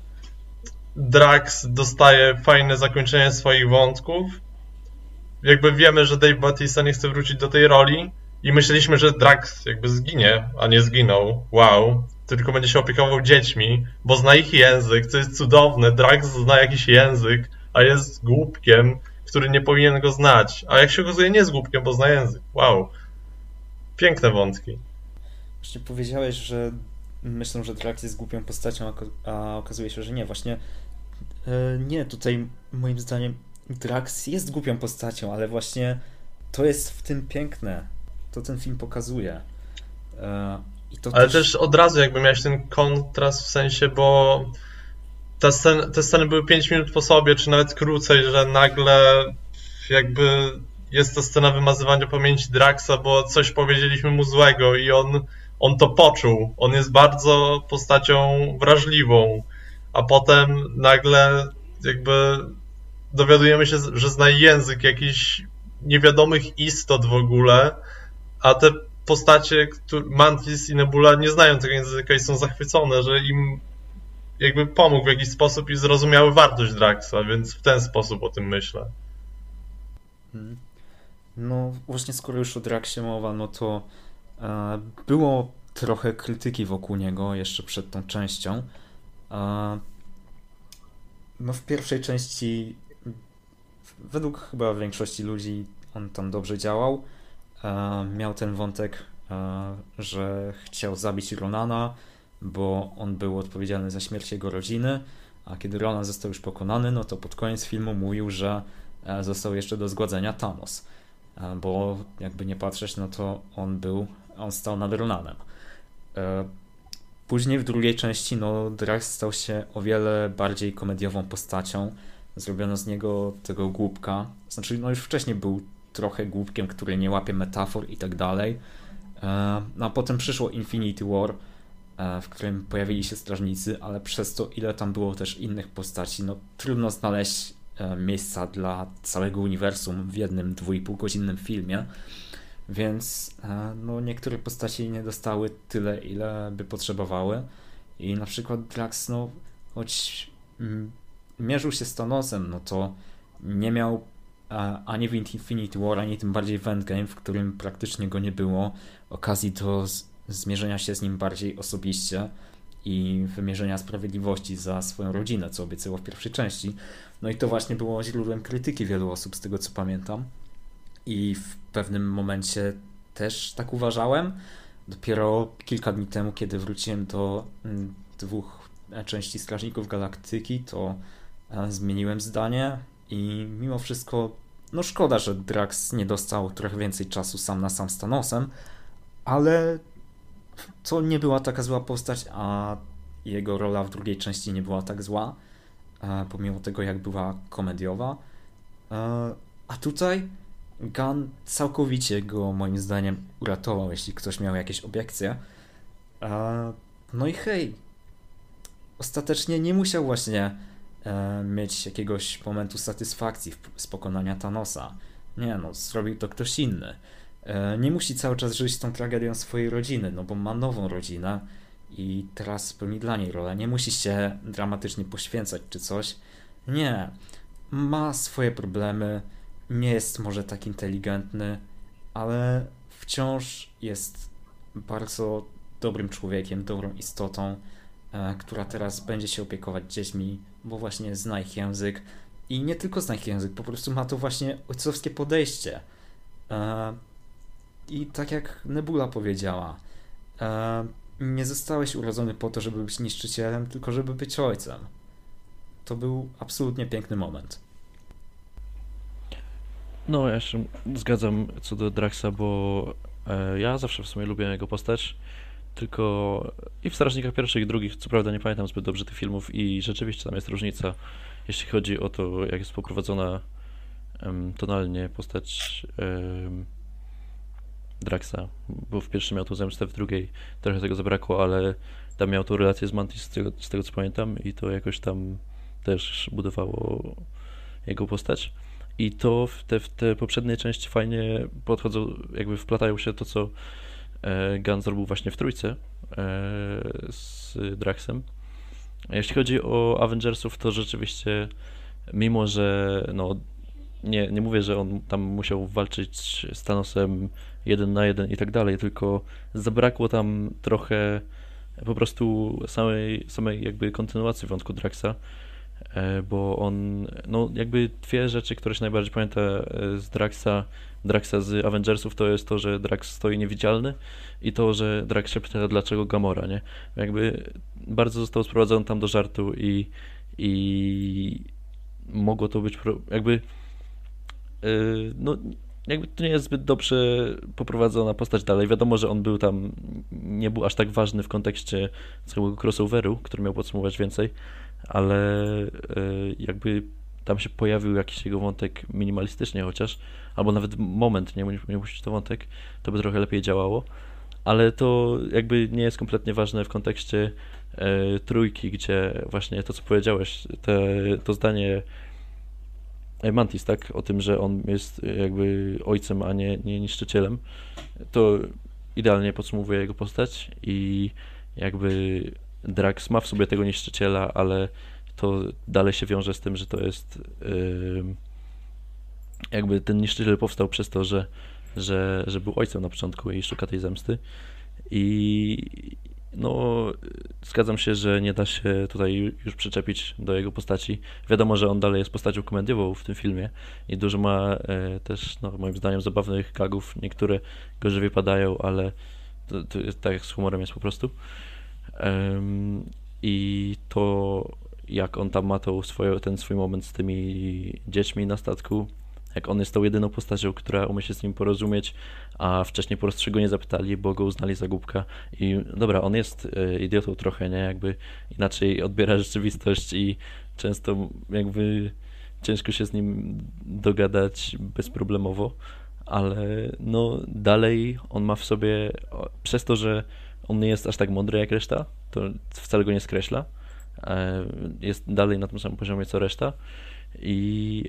Drax dostaje fajne zakończenie swoich wątków. Jakby wiemy, że Dave Bautista nie chce wrócić do tej roli i myśleliśmy, że Drax jakby zginie, a nie zginął. Wow. Tylko będzie się opiekował dziećmi, bo zna ich język, co jest cudowne. Drax zna jakiś język, a jest głupkiem, który nie powinien go znać. A jak się okazuje, nie jest głupkiem, bo zna język. Wow. Piękne wątki. Właśnie powiedziałeś, że myślę, że Drax jest głupią postacią, a okazuje się, że nie. Właśnie nie, tutaj moim zdaniem Drax jest głupią postacią, ale właśnie to jest w tym piękne. To ten film pokazuje. I to ale też od razu jakby miałeś ten kontrast w sensie, bo te sceny były 5 minut po sobie, czy nawet krócej, że nagle jakby jest to scena wymazywania pamięci Draxa, bo coś powiedzieliśmy mu złego i on to poczuł. On jest bardzo postacią wrażliwą, a potem nagle jakby dowiadujemy się, że zna język jakichś niewiadomych istot w ogóle, a te postacie, Mantis i Nebula, nie znają tego języka i są zachwycone, że im jakby pomógł w jakiś sposób i zrozumiały wartość Draxa, więc w ten sposób o tym myślę. No właśnie, skoro już o Draxie mowa, no to było trochę krytyki wokół niego jeszcze przed tą częścią. No w pierwszej części według chyba większości ludzi on tam dobrze działał. Miał ten wątek, że chciał zabić Ronana, bo on był odpowiedzialny za śmierć jego rodziny, a kiedy Ronan został już pokonany, no to pod koniec filmu mówił, że został jeszcze do zgładzenia Thanos, bo jakby nie patrzeć, no to on stał nad Ronanem. Później w drugiej części no Drax stał się o wiele bardziej komediową postacią. Zrobiono z niego tego głupka. Znaczy, no już wcześniej był trochę głupkiem, który nie łapie metafor i tak dalej. No a potem przyszło Infinity War, w którym pojawili się strażnicy, ale przez to, ile tam było też innych postaci, no trudno znaleźć miejsca dla całego uniwersum w jednym 2,5-godzinnym filmie. Więc no, niektóre postaci nie dostały tyle, ile by potrzebowały. I na przykład Drax, no, choć mierzył się z Thanosem, no to nie miał ani w Infinity War, ani tym bardziej w Endgame, w którym praktycznie go nie było, okazji do zmierzenia się z nim bardziej osobiście i wymierzenia sprawiedliwości za swoją rodzinę, co obiecywał w pierwszej części. No i to właśnie było źródłem krytyki wielu osób, z tego co pamiętam. I w pewnym momencie też tak uważałem. Dopiero kilka dni temu, kiedy wróciłem do 2 części Strażników Galaktyki, to zmieniłem zdanie i mimo wszystko, no szkoda, że Drax nie dostał trochę więcej czasu sam na sam z Thanosem, ale to nie była taka zła postać, a jego rola w drugiej części nie była tak zła, pomimo tego, jak była komediowa. A tutaj Gunn całkowicie go moim zdaniem uratował, jeśli ktoś miał jakieś obiekcje. No i hej, ostatecznie nie musiał właśnie mieć jakiegoś momentu satysfakcji z pokonania Thanosa. Nie no, zrobił to ktoś inny. Nie musi cały czas żyć tą tragedią swojej rodziny, no bo ma nową rodzinę i teraz pełni dla niej rolę. Nie musi się dramatycznie poświęcać czy coś. Nie. Ma swoje problemy, nie jest może tak inteligentny, ale wciąż jest bardzo dobrym człowiekiem, dobrą istotą, która teraz będzie się opiekować dziećmi, bo właśnie zna ich język. I nie tylko zna ich język, po prostu ma to właśnie ojcowskie podejście. I tak jak Nebula powiedziała, nie zostałeś urodzony po to, żeby być niszczycielem, tylko żeby być ojcem. To był absolutnie piękny moment. No, ja się zgadzam co do Draxa, bo ja zawsze w sumie lubiłem jego postać, tylko i w Strażnikach pierwszych i drugich, co prawda nie pamiętam zbyt dobrze tych filmów i rzeczywiście tam jest różnica, jeśli chodzi o to, jak jest poprowadzona tonalnie postać Draxa, bo w pierwszym miał tą zemstę, w drugiej trochę tego zabrakło, ale tam miał tą relację z Mantis z tego co pamiętam i to jakoś tam też budowało jego postać. I to w te poprzedniej części fajnie podchodzą, jakby wplatają się to, co Gunn zrobił właśnie w trójce z Draxem. A jeśli chodzi o Avengersów, to rzeczywiście, mimo że no, nie mówię, że on tam musiał walczyć z Thanosem 1 na 1 i tak dalej, tylko zabrakło tam trochę po prostu samej jakby kontynuacji wątku Draxa, bo on, no jakby dwie rzeczy, które się najbardziej pamięta z Draxa z Avengersów, to jest to, że Drax stoi niewidzialny i to, że Drax się pyta, dlaczego Gamora, nie? Jakby bardzo został sprowadzony tam do żartu i mogło to być jakby no jakby to nie jest zbyt dobrze poprowadzona postać dalej. Wiadomo, że on był tam, nie był aż tak ważny w kontekście całego crossoveru, który miał podsumować więcej, ale jakby tam się pojawił jakiś jego wątek minimalistycznie chociaż, albo nawet moment, nie musi być to wątek, to by trochę lepiej działało, ale to jakby nie jest kompletnie ważne w kontekście trójki, gdzie właśnie to, co powiedziałeś, to zdanie Mantis, tak, o tym, że on jest jakby ojcem, a nie niszczycielem, to idealnie podsumowuje jego postać i jakby Drax ma w sobie tego niszczyciela, ale to dalej się wiąże z tym, że to jest jakby ten niszczyciel powstał przez to, że był ojcem na początku i szuka tej zemsty. I no, zgadzam się, że nie da się tutaj już przyczepić do jego postaci. Wiadomo, że on dalej jest postacią komediową w tym filmie i dużo ma też, no, moim zdaniem, zabawnych gagów. Niektóre gorzej wypadają, ale to jest, tak jak z humorem jest po prostu. I to, jak on tam ma ten swój moment z tymi dziećmi na statku, jak on jest tą jedyną postacią, która umie się z nim porozumieć, a wcześniej po prostu go nie zapytali, bo go uznali za głupka. I dobra, on jest idiotą trochę, nie? Jakby inaczej odbiera rzeczywistość i często jakby ciężko się z nim dogadać bezproblemowo, ale no dalej on ma w sobie, przez to, że on nie jest aż tak mądry jak reszta, to wcale go nie skreśla. Jest dalej na tym samym poziomie co reszta i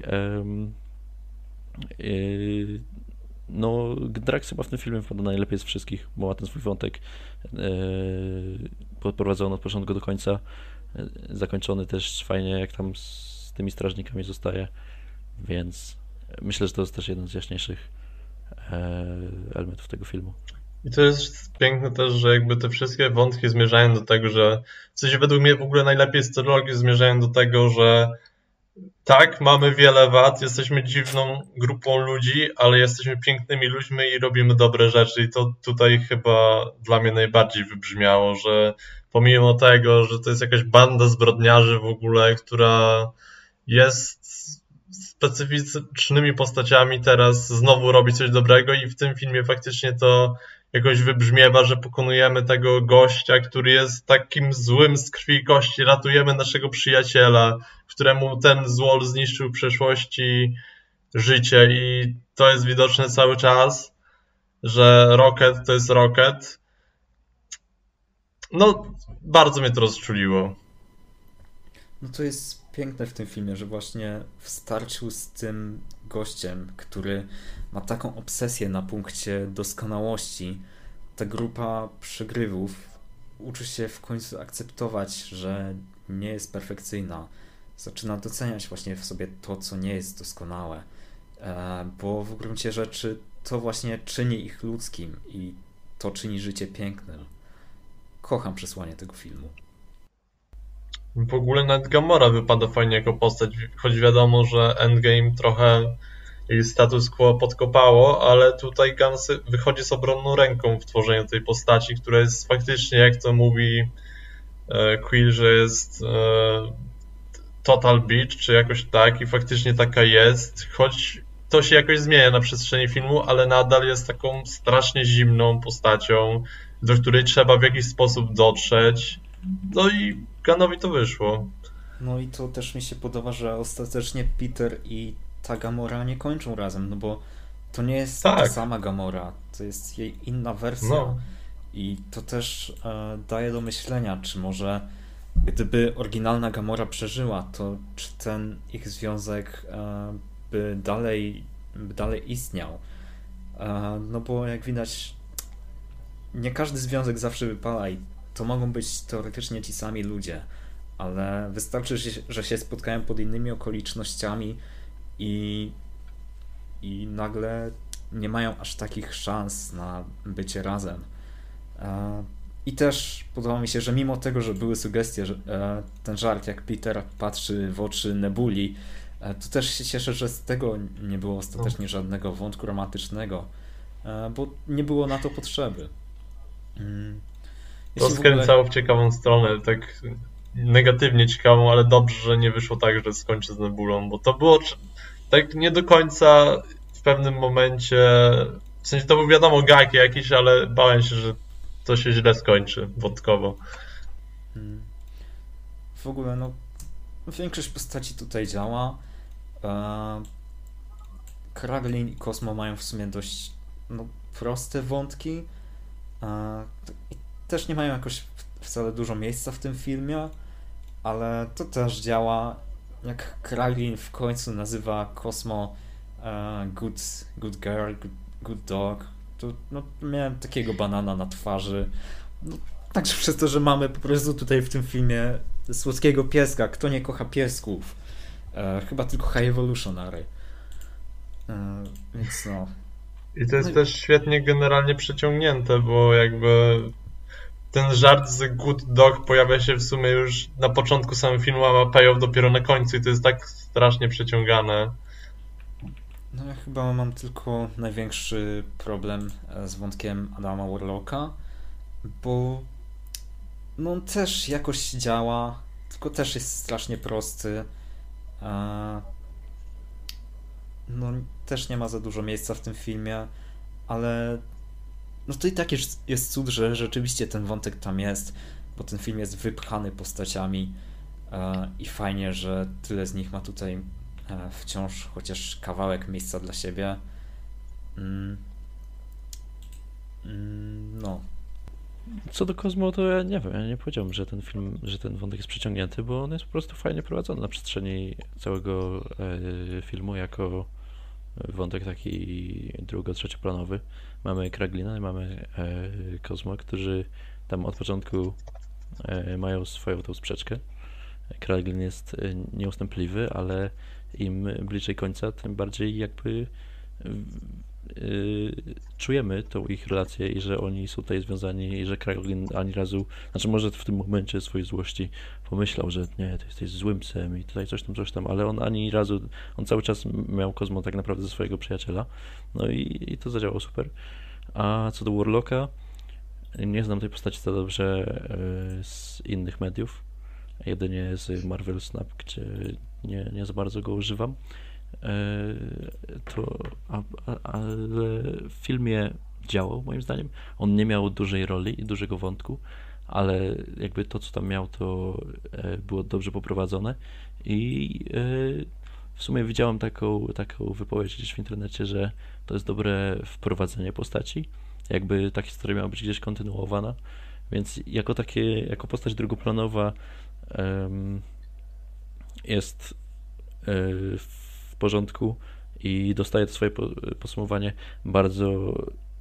no, Drax chyba w tym filmie wypada najlepiej z wszystkich, bo ma ten swój wątek podprowadzony od początku do końca, zakończony też fajnie, jak tam z tymi strażnikami zostaje, więc myślę, że to jest też jeden z jaśniejszych elementów tego filmu. I to jest piękne też, że jakby te wszystkie wątki zmierzają do tego, że w sensie według mnie w ogóle najlepiej z trylogii zmierzają do tego, że tak, mamy wiele wad, jesteśmy dziwną grupą ludzi, ale jesteśmy pięknymi ludźmi i robimy dobre rzeczy. I to tutaj chyba dla mnie najbardziej wybrzmiało, że pomimo tego, że to jest jakaś banda zbrodniarzy w ogóle, która jest specyficznymi postaciami, teraz znowu robi coś dobrego i w tym filmie faktycznie to jakoś wybrzmiewa, że pokonujemy tego gościa, który jest takim złym z krwi i kości, ratujemy naszego przyjaciela, któremu ten złol zniszczył w przeszłości życie i to jest widoczne cały czas, że Rocket to jest Rocket. No, bardzo mnie to rozczuliło. No to jest piękne w tym filmie, że właśnie w starciu z tym gościem, który ma taką obsesję na punkcie doskonałości, ta grupa przegrywów uczy się w końcu akceptować, że nie jest perfekcyjna. Zaczyna doceniać właśnie w sobie to, co nie jest doskonałe. Bo w gruncie rzeczy to właśnie czyni ich ludzkim i to czyni życie pięknym. Kocham przesłanie tego filmu. W ogóle nawet Gamora wypada fajnie jako postać, choć wiadomo, że Endgame trochę jej status quo podkopało, ale tutaj Gunn wychodzi z obronną ręką w tworzeniu tej postaci, która jest faktycznie, jak to mówi Quill, że jest total bitch, czy jakoś tak i faktycznie taka jest, choć to się jakoś zmienia na przestrzeni filmu, ale nadal jest taką strasznie zimną postacią, do której trzeba w jakiś sposób dotrzeć. No i Gunnowi to wyszło. No i to też mi się podoba, że ostatecznie Peter i ta Gamora nie kończą razem, no bo to nie jest ta sama Gamora, to jest jej inna wersja. No. I to też daje do myślenia, czy może gdyby oryginalna Gamora przeżyła, to czy ten ich związek by dalej istniał. No bo jak widać, nie każdy związek zawsze wypala i to mogą być teoretycznie ci sami ludzie, ale wystarczy, że się spotkają pod innymi okolicznościami i nagle nie mają aż takich szans na bycie razem. I też podoba mi się, że mimo tego, że były sugestie, że ten żart, jak Peter patrzy w oczy Nebuli, to też się cieszę, że z tego nie było ostatecznie żadnego wątku romantycznego, bo nie było na to potrzeby. To skręcało w ciekawą stronę, tak negatywnie ciekawą, ale dobrze, że nie wyszło tak, że skończy z Nebulą, bo to było tak nie do końca w pewnym momencie, w sensie to był wiadomo gag jakiś, ale bałem się, że to się źle skończy wątkowo. W ogóle no większość postaci tutaj działa. Kraglin i Cosmo mają w sumie dość proste wątki i też nie mają jakoś wcale dużo miejsca w tym filmie, ale to też działa. Jak Kraglin w końcu nazywa Cosmo good girl, good dog, to miałem takiego banana na twarzy. Także przez to, że mamy po prostu tutaj w tym filmie słodkiego pieska. Kto nie kocha piesków? Chyba tylko High Evolutionary. Więc I to jest też świetnie generalnie przeciągnięte, bo jakby ten żart z Good Dog pojawia się w sumie już na początku samego filmu, a ma payoff dopiero na końcu i to jest tak strasznie przeciągane. Ja chyba mam tylko największy problem z wątkiem Adama Warlocka, bo on też jakoś działa, tylko też jest strasznie prosty. Też nie ma za dużo miejsca w tym filmie, ale to i tak jest cud, że rzeczywiście ten wątek tam jest, bo ten film jest wypchany postaciami i fajnie, że tyle z nich ma tutaj wciąż chociaż kawałek miejsca dla siebie. Co do Cosmo, to ja nie wiem, ja nie powiedziałbym, że ten wątek jest przeciągnięty, bo on jest po prostu fajnie prowadzony na przestrzeni całego filmu jako wątek taki drugo-trzecioplanowy. Mamy Kraglina i mamy Cosmo, którzy tam od początku mają swoją tą sprzeczkę. Kraglin jest nieustępliwy, ale im bliżej końca, tym bardziej jakby czujemy tą ich relację i że oni są tutaj związani i że Kraglin ani razu, znaczy może w tym momencie swojej złości pomyślał, że nie, ty jesteś złym psem i tutaj coś tam, ale on ani razu, on cały czas miał Cosmo tak naprawdę za swojego przyjaciela, i to zadziałało super. A co do Warlocka, nie znam tej postaci za dobrze z innych mediów, jedynie z Marvel Snap, gdzie nie za bardzo go używam. Ale w filmie działał moim zdaniem. On nie miał dużej roli i dużego wątku, ale jakby to, co tam miał, to było dobrze poprowadzone i w sumie widziałem taką wypowiedź gdzieś w internecie, że to jest dobre wprowadzenie postaci, jakby ta historia miała być gdzieś kontynuowana, więc jako postać drugoplanowa jest w porządku i dostaje to swoje podsumowanie bardzo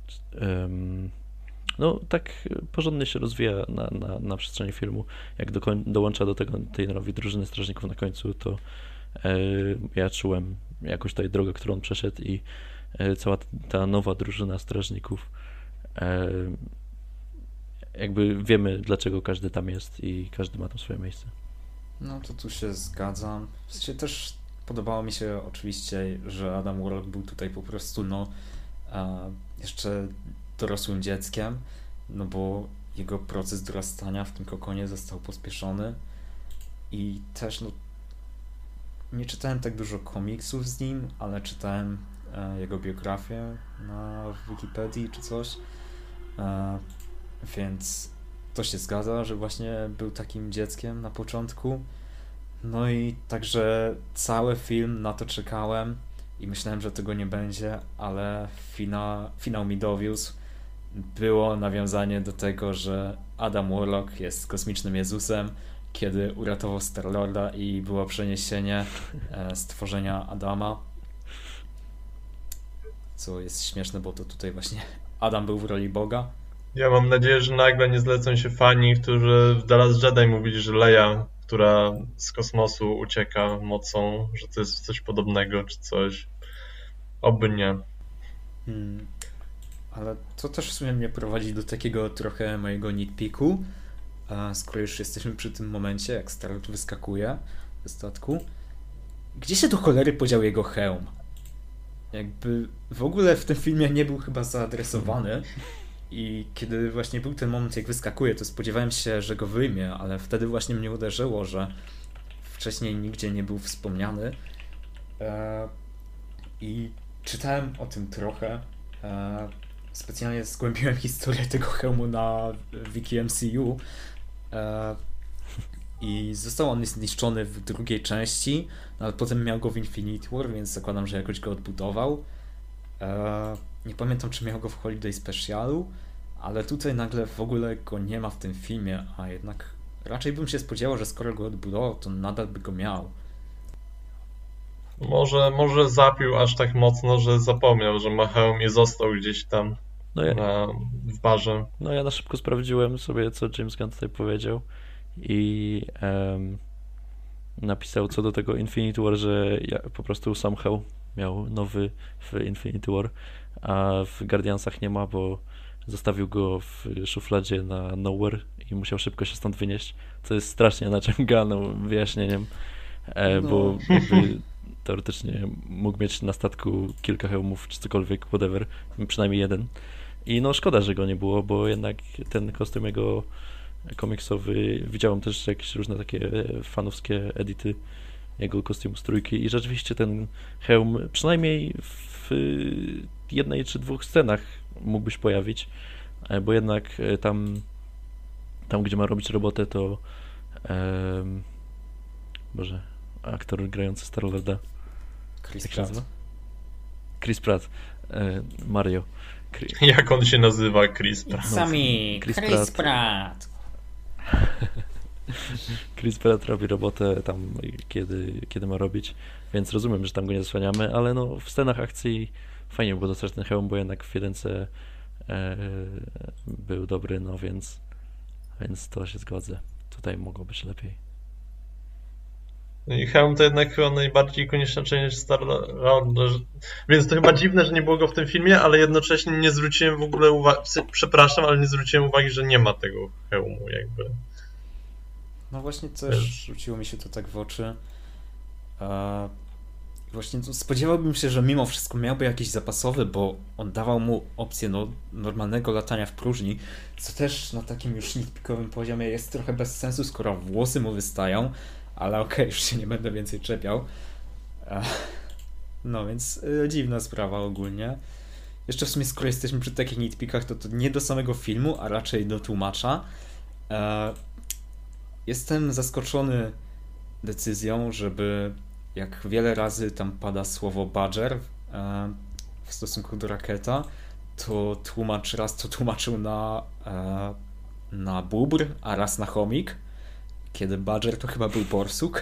tak porządnie się rozwija na przestrzeni filmu. Jak dołącza do tej nowej drużyny strażników na końcu, to ja czułem jakoś tutaj drogę, którą on przeszedł i cała ta nowa drużyna strażników jakby wiemy, dlaczego każdy tam jest i każdy ma tam swoje miejsce. To tu się zgadzam. W sensie też podobało mi się oczywiście, że Adam Warlock był tutaj po prostu jeszcze dorosłym dzieckiem, bo jego proces dorastania w tym kokonie został pospieszony i też nie czytałem tak dużo komiksów z nim, ale czytałem jego biografię na Wikipedii czy coś, więc to się zgadza, że właśnie był takim dzieckiem na początku. I także cały film na to czekałem i myślałem, że tego nie będzie, ale finał mi dowiózł. Było nawiązanie do tego, że Adam Warlock jest kosmicznym Jezusem, kiedy uratował Star-Lorda i było przeniesienie stworzenia Adama. Co jest śmieszne, bo to tutaj właśnie Adam był w roli Boga. Ja mam nadzieję, że nagle nie zlecą się fani, którzy w The Last Jedi mówili, że Leia, która z kosmosu ucieka mocą, że to jest coś podobnego czy coś. Oby nie. Ale to też w sumie mnie prowadzi do takiego trochę mojego nitpicku, skoro już jesteśmy przy tym momencie, jak Star-Lord wyskakuje ze statku. Gdzie się do cholery podział jego hełm? Jakby w ogóle w tym filmie nie był chyba zaadresowany i kiedy właśnie był ten moment, jak wyskakuje, to spodziewałem się, że go wyjmie, ale wtedy właśnie mnie uderzyło, że wcześniej nigdzie nie był wspomniany i czytałem o tym trochę. Specjalnie zgłębiłem historię tego hełmu na Wiki MCU i został on zniszczony w drugiej części, no ale potem miał go w Infinity War, więc zakładam, że jakoś go odbudował. Nie pamiętam, czy miał go w Holiday Specialu, ale tutaj nagle w ogóle go nie ma w tym filmie, a jednak raczej bym się spodziewał, że skoro go odbudował, to nadal by go miał. Może zapił aż tak mocno, że zapomniał, że ma hełm i został gdzieś tam w barze. No ja na szybko sprawdziłem sobie, co James Gunn tutaj powiedział i napisał co do tego Infinity War, że po prostu somehow miał nowy w Infinity War, a w Guardiansach nie ma, bo zostawił go w szufladzie na Nowhere i musiał szybko się stąd wynieść, co jest strasznie naciąganą wyjaśnieniem, bo jakby teoretycznie mógł mieć na statku kilka hełmów czy cokolwiek, whatever, przynajmniej jeden. I no szkoda, że go nie było, bo jednak ten kostium jego komiksowy, widziałem też jakieś różne takie fanowskie edity jego kostiumu z trójki i rzeczywiście ten hełm przynajmniej w jednej czy dwóch scenach mógłby się pojawić, bo jednak tam gdzie ma robić robotę, to Boże, aktor grający Star-Lorda, Chris Pratt, Mario. Jak on się nazywa? Chris Pratt. Sami, Chris Pratt. Chris Pratt robi robotę tam, kiedy ma robić, więc rozumiem, że tam go nie zasłaniamy, ale no w scenach akcji fajnie było dostać ten hełm, bo jednak w jedynce był dobry, no więc to się zgodzę. Tutaj mogło być lepiej. No i hełm to jednak chyba najbardziej ikoniczna część Star-Lorda, więc to chyba dziwne, że nie było go w tym filmie, ale jednocześnie nie zwróciłem w ogóle uwagi, przepraszam, ale nie zwróciłem uwagi, że nie ma tego hełmu jakby. No właśnie też rzuciło mi się to tak w oczy. Właśnie spodziewałbym się, że mimo wszystko miałby jakiś zapasowy, bo on dawał mu opcję normalnego latania w próżni, co też na takim już nitpickowym poziomie jest trochę bez sensu, skoro włosy mu wystają, ale okej, już się nie będę więcej czepiał. No więc dziwna sprawa ogólnie. Jeszcze w sumie, skoro jesteśmy przy takich nitpickach, to nie do samego filmu, a raczej do tłumacza. Jestem zaskoczony decyzją, żeby jak wiele razy tam pada słowo badger w stosunku do Rocketa, to tłumacz raz to tłumaczył na bóbr, a raz na chomik, kiedy badger to chyba był borsuk.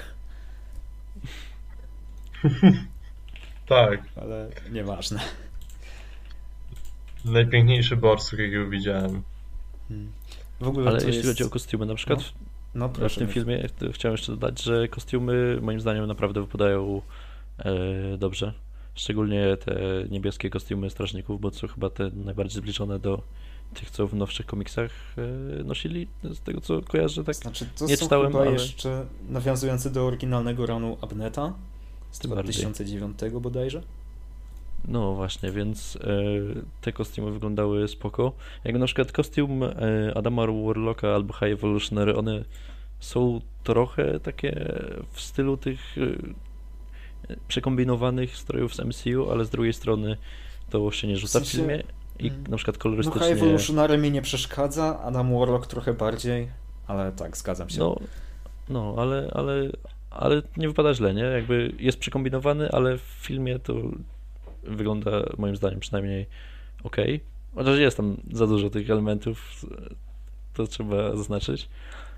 Tak. Ale nieważne. Najpiękniejszy borsuk, jakiego widziałem. W ogóle ale jeśli chodzi o kostiumy na przykład, no proszę, w tym filmie chciałem jeszcze dodać, że kostiumy moim zdaniem naprawdę wypadają dobrze. Szczególnie te niebieskie kostiumy strażników, bo są chyba te najbardziej zbliżone do tych, co w nowszych komiksach nosili, z tego co kojarzę, tak znaczy, to nie są czytałem, chyba ale jeszcze nawiązujące do oryginalnego runu Abneta z Tym 2009 bodajże. No właśnie, więc te kostiumy wyglądały spoko. Jak na przykład kostium Adama Warlocka albo High Evolutionary, one są trochę takie w stylu tych przekombinowanych strojów z MCU, ale z drugiej strony to się nie rzuca w filmie i na przykład kolorystycznie... No High Evolutionary mi nie przeszkadza, Adam Warlock trochę bardziej, ale tak, zgadzam się. No, ale nie wypada źle, nie? Jakby jest przekombinowany, ale w filmie to wygląda moim zdaniem przynajmniej okej. Chociaż jest tam za dużo tych elementów, to trzeba zaznaczyć.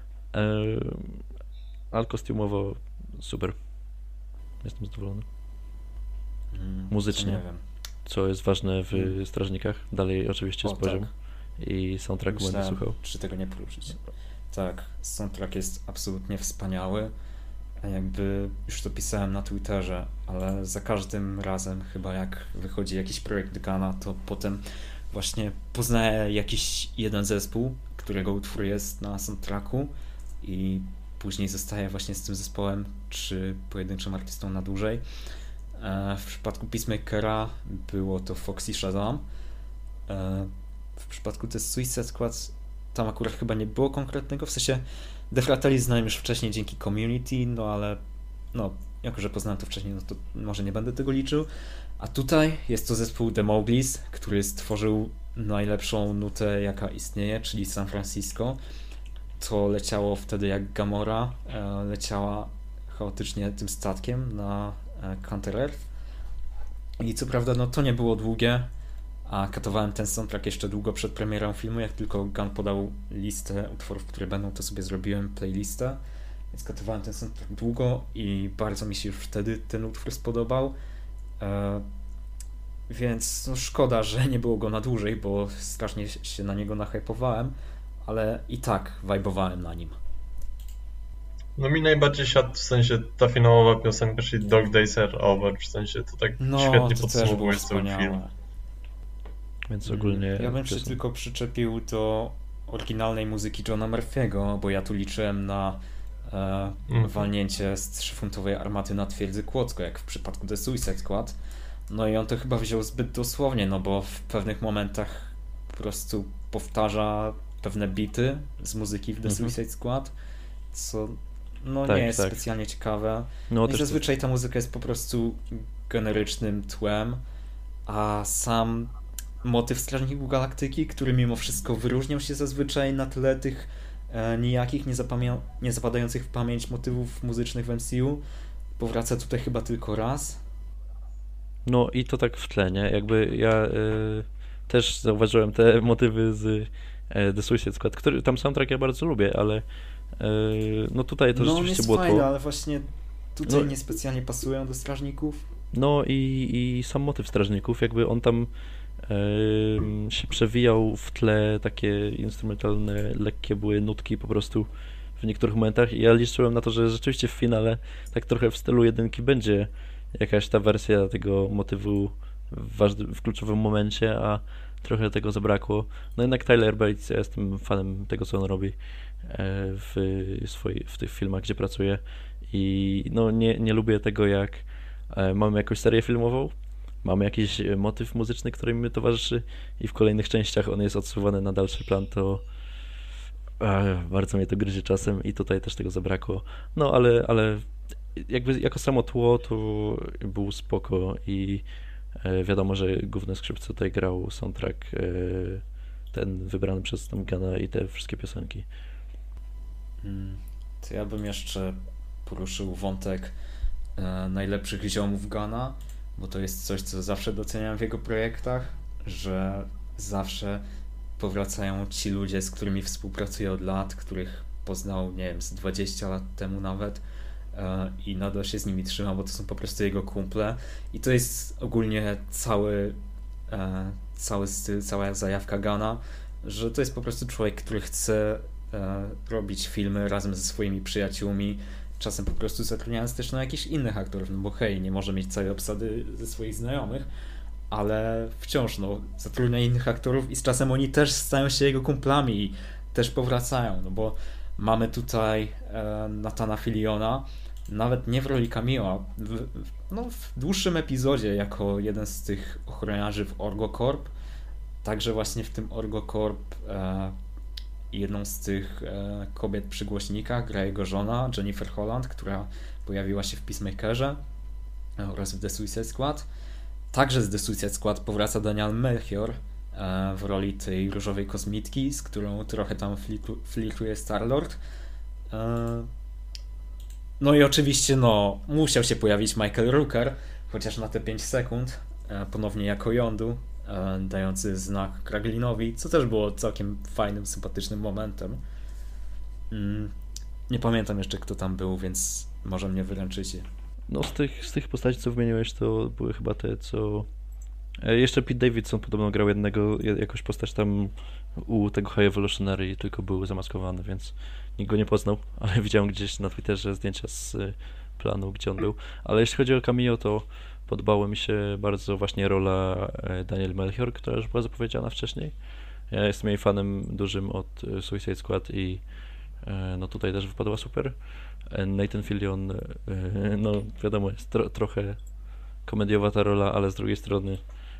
Ale kostiumowo super. Jestem zadowolony. Muzycznie, nie wiem. co jest ważne w Strażnikach. Dalej oczywiście jest poziom. Tak. I soundtrack będę słuchał. Czy tego nie poruszyć. Tak, soundtrack jest absolutnie wspaniały. Jakby już to pisałem na Twitterze, ale za każdym razem chyba jak wychodzi jakiś projekt Gunna, to potem właśnie poznaję jakiś jeden zespół, którego utwór jest na soundtracku i później zostaję właśnie z tym zespołem czy pojedynczym artystą na dłużej. W przypadku Peacemakera było to Foxy Shazam. W przypadku też Suicide Squad tam akurat chyba nie było konkretnego, w sensie Death Rattle znałem już wcześniej dzięki Community, no ale jako że poznałem to wcześniej, no to może nie będę tego liczył. A tutaj jest to zespół The Mowglis, który stworzył najlepszą nutę, jaka istnieje, czyli San Francisco. to leciało wtedy jak Gamora leciała chaotycznie tym statkiem na Counter Earth. I co prawda, no to nie było długie, a katowałem ten soundtrack jeszcze długo przed premierą filmu. Jak tylko Gunn podał listę utworów, które będą, to sobie zrobiłem playlistę. Więc katowałem ten soundtrack długo i bardzo mi się już wtedy ten utwór spodobał. Więc no szkoda, że nie było go na dłużej, bo strasznie się na niego nahypowałem, ale i tak wajbowałem na nim. No mi najbardziej siadł w sensie ta finałowa piosenka, czyli Dog Days Are Over, w sensie to tak świetnie to podsumowuje też cały było film. wspaniałe. Więc ogólnie... Ja bym się tylko przyczepił do oryginalnej muzyki Johna Murphy'ego, bo ja tu liczyłem na walnięcie z 3-funtowej armaty na twierdzy Kłodzko, jak w przypadku The Suicide Squad. No i on to chyba wziął zbyt dosłownie, no bo w pewnych momentach po prostu powtarza pewne bity z muzyki w The Suicide Squad, co no Tak, nie jest tak. specjalnie ciekawe. No, I też zazwyczaj ta muzyka jest po prostu generycznym tłem, a sam motyw Strażników Galaktyki, który mimo wszystko wyróżniał się zazwyczaj na tle tych nijakich, nie zapadających w pamięć motywów muzycznych w MCU, powraca tutaj chyba tylko raz. No i to tak w tle, nie? Jakby ja też zauważyłem te motywy z The Suicide Squad, który tam soundtrack ja bardzo lubię, ale no tutaj to No on rzeczywiście jest było fajny, tło. ale właśnie tutaj No- niespecjalnie pasują do Strażników. No i sam motyw Strażników, jakby on tam się przewijał w tle, takie instrumentalne, lekkie były nutki po prostu w niektórych momentach i ja liczyłem na to, że rzeczywiście w finale tak trochę w stylu jedynki będzie jakaś ta wersja tego motywu w kluczowym momencie, a trochę tego zabrakło. No jednak Tyler Bates, ja jestem fanem tego, co on robi w tych filmach, gdzie pracuje i no nie lubię tego, jak mamy jakąś serię filmową, mamy jakiś motyw muzyczny, który mi towarzyszy i w kolejnych częściach on jest odsuwany na dalszy plan, to bardzo mnie to gryzie czasem i tutaj też tego zabrakło. No ale jakby jako samo tło to był spoko i wiadomo, że główne skrzypce tutaj grał soundtrack ten wybrany przez Tom Gunna i te wszystkie piosenki. To ja bym jeszcze poruszył wątek najlepszych ziomów Gunna, bo to jest coś, co zawsze doceniam w jego projektach, że zawsze powracają ci ludzie, z którymi współpracuje od lat, których poznał, nie wiem, z 20 lat temu nawet i nadal się z nimi trzyma, bo to są po prostu jego kumple i to jest ogólnie cały styl, cała zajawka Gunna, że to jest po prostu człowiek, który chce robić filmy razem ze swoimi przyjaciółmi, czasem po prostu zatrudniając też na jakichś innych aktorów, no bo hej, nie może mieć całej obsady ze swoich znajomych, ale wciąż zatrudnia innych aktorów i z czasem oni też stają się jego kumplami i też powracają, no bo mamy tutaj Nathana Filliona, nawet nie w roli cameo, w dłuższym epizodzie jako jeden z tych ochroniarzy w Orgo Corp, także właśnie w tym Orgo Corp jedną z tych kobiet przy głośnikach gra jego żona Jennifer Holland, która pojawiła się w Peacemakerze oraz w The Suicide Squad. Także z The Suicide Squad powraca Daniel Melchior w roli tej różowej kosmitki, z którą trochę tam flirtuje Star-Lord. No i oczywiście musiał się pojawić Michael Rooker, chociaż na te 5 sekund, ponownie jako Yondu, dający znak Kraglinowi, co też było całkiem fajnym, sympatycznym momentem. Nie pamiętam jeszcze, kto tam był, więc może mnie wyręczycie. No z tych postaci, co wymieniłeś, to były chyba te, co... Jeszcze Pete Davidson podobno grał jakąś postać tam u tego High Evolutionary, tylko był zamaskowany, więc nikt go nie poznał, ale widziałem gdzieś na Twitterze zdjęcia z planu, gdzie on był. Ale jeśli chodzi o cameo, to podobała mi się bardzo właśnie rola Daniel Melchior, która już była zapowiedziana wcześniej. Ja jestem jej fanem dużym od Suicide Squad i no tutaj też wypadła super. Nathan Fillion, no wiadomo, jest trochę komediowa ta rola, ale z drugiej strony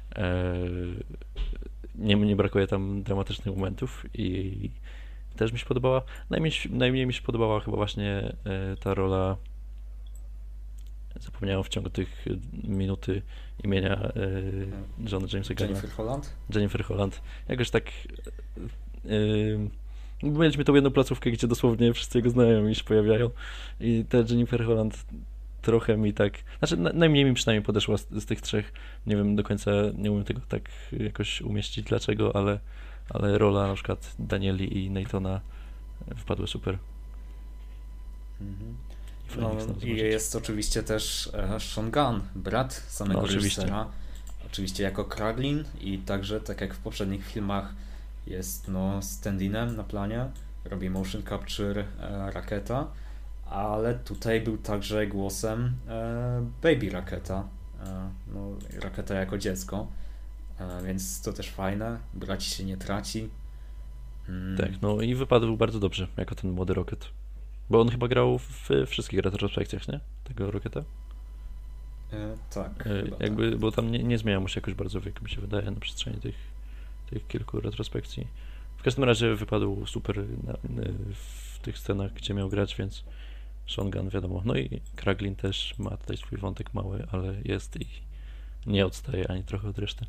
nie brakuje tam dramatycznych momentów i też mi się podobała. Najmniej mi się podobała chyba właśnie ta rola, zapomniałem w ciągu tych minuty imienia Johna Jamesa Gunna. Jennifer Holland? Jennifer Holland. Jakoś tak Mieliśmy tą jedną placówkę, gdzie dosłownie wszyscy jego znajomi się pojawiają i ta Jennifer Holland trochę mi tak, znaczy najmniej mi przynajmniej podeszła z tych trzech. Nie wiem do końca, nie umiem tego tak jakoś umieścić dlaczego, ale rola na przykład Danieli i Nathana wpadły super. Mhm. I fajnie No ich tam i zobaczyć. jest oczywiście też Sean Gunn, brat samego No, oczywiście. reżysera. Oczywiście jako Kraglin i także, tak jak w poprzednich filmach, jest no stand-inem na planie, robi motion capture Raketa, ale tutaj był także głosem Baby Raketa, no, Raketa jako dziecko, więc to też fajne, braci się nie traci. Tak, no i wypadł bardzo dobrze jako ten młody Rocket. Bo on chyba grał w wszystkich retrospekcjach, nie? Tego Rocketa? Tak, chyba Jakby, tak. bo tam nie zmieniał mu się jakoś bardzo wiek, mi się wydaje, na przestrzeni tych kilku retrospekcji. W każdym razie wypadł super w tych scenach, gdzie miał grać, więc Sean Gunn wiadomo. No i Kraglin też ma tutaj swój wątek mały, ale jest i nie odstaje ani trochę od reszty.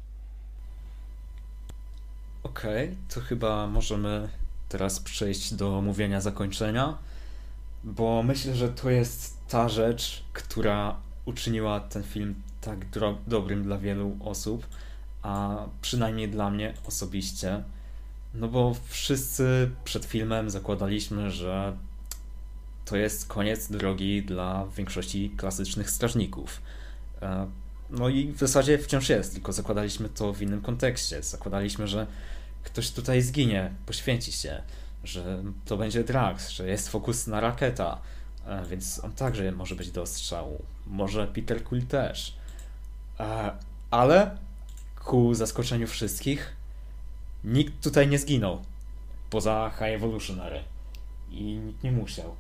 Okej, to chyba możemy teraz przejść do omówienia zakończenia, bo myślę, że to jest ta rzecz, która uczyniła ten film tak dobrym dla wielu osób, a przynajmniej dla mnie osobiście. No bo wszyscy przed filmem zakładaliśmy, że to jest koniec drogi dla większości klasycznych strażników. E, No i w zasadzie wciąż jest, tylko zakładaliśmy to w innym kontekście. Zakładaliśmy, że ktoś tutaj zginie, poświęci się, że to będzie Drax, że jest fokus na Raketa, więc on także może być do strzału. Może Peter Quill też. Ale ku zaskoczeniu wszystkich nikt tutaj nie zginął, poza High Evolutionary. I nikt nie musiał.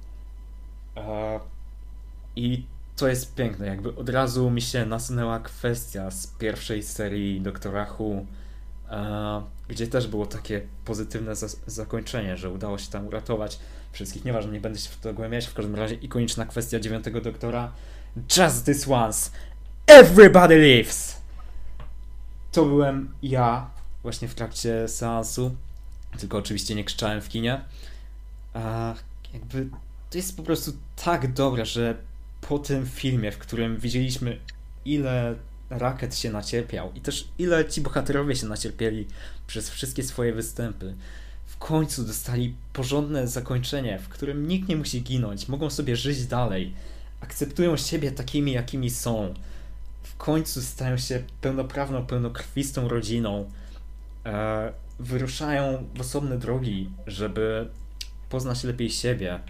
I to jest piękne, jakby od razu mi się nasunęła kwestia z pierwszej serii Doktora Who, gdzie też było takie pozytywne zakończenie, że udało się tam uratować wszystkich. Nieważne, nie będę się w to głębiać, w każdym razie ikoniczna kwestia 9 Doktora. Just this once, everybody lives! To byłem ja właśnie w trakcie seansu, tylko oczywiście nie krzyczałem w kinie. Jakby to jest po prostu tak dobre, że po tym filmie, w którym widzieliśmy, ile Rocket się nacierpiał i też ile ci bohaterowie się nacierpieli przez wszystkie swoje występy, w końcu dostali porządne zakończenie, w którym nikt nie musi ginąć, mogą sobie żyć dalej, akceptują siebie takimi, jakimi są. W końcu stają się pełnoprawną, pełnokrwistą rodziną, wyruszają w osobne drogi, żeby poznać lepiej siebie.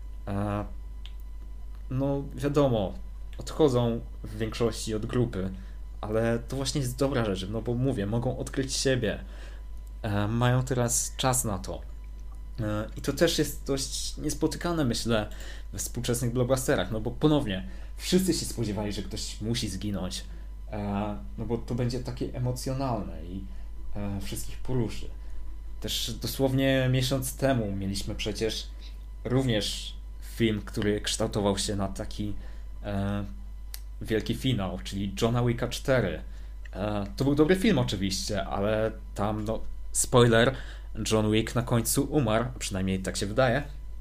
No wiadomo, odchodzą w większości od grupy, ale to właśnie jest dobra rzecz, no bo mówię, mogą odkryć siebie, mają teraz czas na to. I to też jest dość niespotykane, myślę, we współczesnych blockbusterach, no bo ponownie, wszyscy się spodziewali, że ktoś musi zginąć, no bo to będzie takie emocjonalne i wszystkich poruszy. Też dosłownie miesiąc temu mieliśmy przecież również film, który kształtował się na taki wielki finał, czyli Johna Wicka 4. To był dobry film oczywiście, ale tam, no, spoiler, John Wick na końcu umarł, przynajmniej tak się wydaje.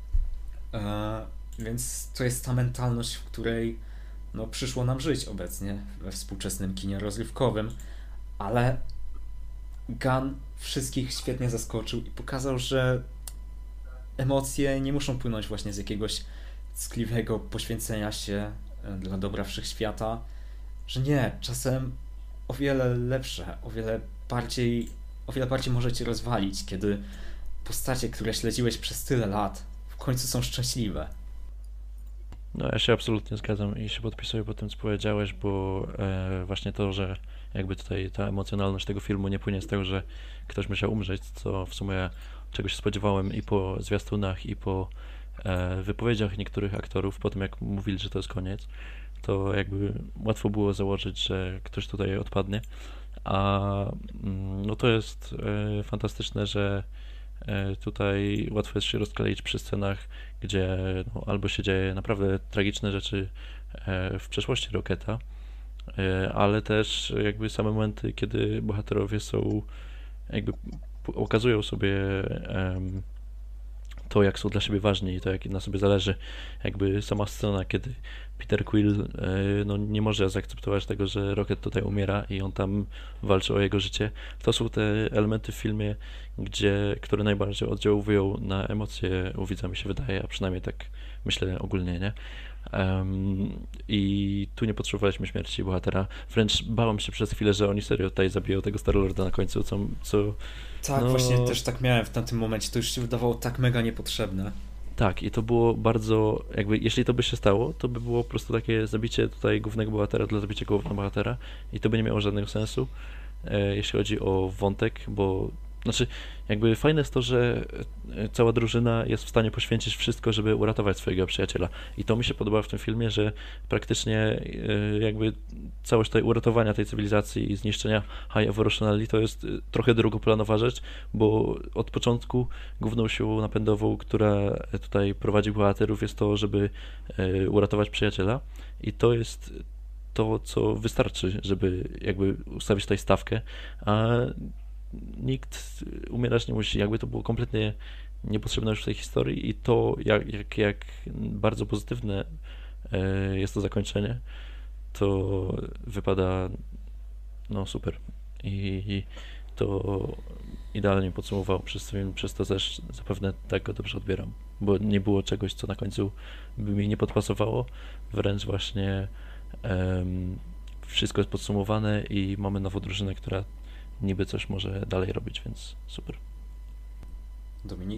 Więc to jest ta mentalność, w której no, przyszło nam żyć obecnie we współczesnym kinie rozrywkowym, ale Gunn wszystkich świetnie zaskoczył i pokazał, że emocje nie muszą płynąć właśnie z jakiegoś ckliwego poświęcenia się dla dobra wszechświata, że nie, czasem o wiele lepsze, o wiele bardziej możecie rozwalić, kiedy postacie, które śledziłeś przez tyle lat, w końcu są szczęśliwe. No ja się absolutnie zgadzam i się podpisuję po tym, co powiedziałeś, bo właśnie to, że jakby tutaj ta emocjonalność tego filmu nie płynie z tego, że ktoś musiał umrzeć, co w sumie czego się spodziewałem i po zwiastunach, i po wypowiedziach niektórych aktorów, po tym jak mówili, że to jest koniec, to jakby łatwo było założyć, że ktoś tutaj odpadnie, a no to jest fantastyczne, że tutaj łatwo jest się rozkleić przy scenach, gdzie no, albo się dzieje naprawdę tragiczne rzeczy w przeszłości Rocketa, ale też jakby same momenty, kiedy bohaterowie są jakby okazują sobie to, jak są dla siebie ważni i to, jak na sobie zależy. Jakby sama scena, kiedy Peter Quill no, nie może zaakceptować tego, że Rocket tutaj umiera i on tam walczy o jego życie. To są te elementy w filmie, które najbardziej oddziałują na emocje u widza, mi się wydaje, a przynajmniej tak myślę ogólnie, nie? I tu nie potrzebowaliśmy śmierci bohatera. Wręcz bałem się przez chwilę, że oni serio tutaj zabiją tego Star-Lorda na końcu, co Tak, no... właśnie też tak miałem w tamtym momencie. To już się wydawało tak mega niepotrzebne. Tak, i to było bardzo, jakby, jeśli to by się stało, to by było po prostu takie zabicie tutaj głównego bohatera dla zabicia głównego bohatera i to by nie miało żadnego sensu, jeśli chodzi o wątek, bo, znaczy, jakby fajne jest to, że cała drużyna jest w stanie poświęcić wszystko, żeby uratować swojego przyjaciela i to mi się podoba w tym filmie, że praktycznie jakby całość tej uratowania tej cywilizacji i zniszczenia High Evolutionary to jest trochę drugoplanowa rzecz, bo od początku główną siłą napędową, która tutaj prowadzi bohaterów, jest to, żeby uratować przyjaciela i to jest to, co wystarczy, żeby jakby ustawić tutaj stawkę, a nikt umierać nie musi. Jakby to było kompletnie niepotrzebne już w tej historii i to, jak bardzo pozytywne jest to zakończenie, to wypada no super. I to idealnie podsumowało przez to też zapewne tak go dobrze odbieram, bo nie było czegoś, co na końcu by mi nie podpasowało, wręcz właśnie wszystko jest podsumowane i mamy nową drużynę, która niby coś może dalej robić, więc super. Dominik?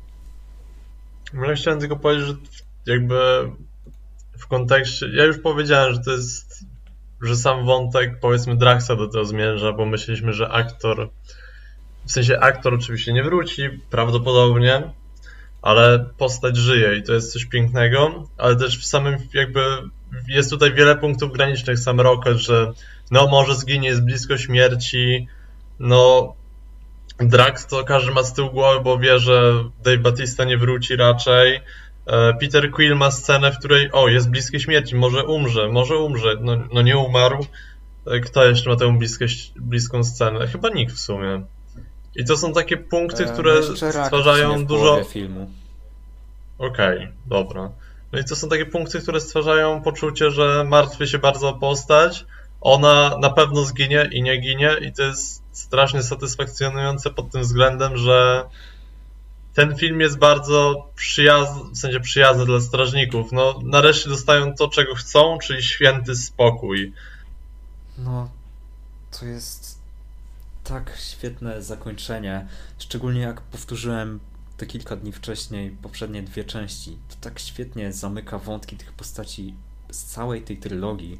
Ja chciałem tylko powiedzieć, że jakby w kontekście, ja już powiedziałem, że to jest, że sam wątek, powiedzmy, Draxa do tego zmierza, bo myśleliśmy, że aktor oczywiście nie wróci, prawdopodobnie, ale postać żyje i to jest coś pięknego, ale też w samym jakby jest tutaj wiele punktów granicznych, sam Rocket, że no może zginie, jest blisko śmierci, no Drax to każdy ma z tyłu głowy, bo wie, że Dave Bautista nie wróci raczej. Peter Quill ma scenę, w której jest bliskie śmierci, może umrze, no nie umarł. Kto jeszcze ma tę bliską scenę? Chyba nikt w sumie. I to są takie punkty, które stwarzają dużo... filmu. Okej, dobra. No i to są takie punkty, które stwarzają poczucie, że martwi się bardzo postać, ona na pewno zginie i nie ginie i to jest strasznie satysfakcjonujące pod tym względem, że ten film jest bardzo przyjazny dla strażników. No, nareszcie dostają to, czego chcą, czyli święty spokój. No, to jest tak świetne zakończenie, szczególnie jak powtórzyłem te kilka dni wcześniej poprzednie 2 części. To tak świetnie zamyka wątki tych postaci z całej tej trylogii.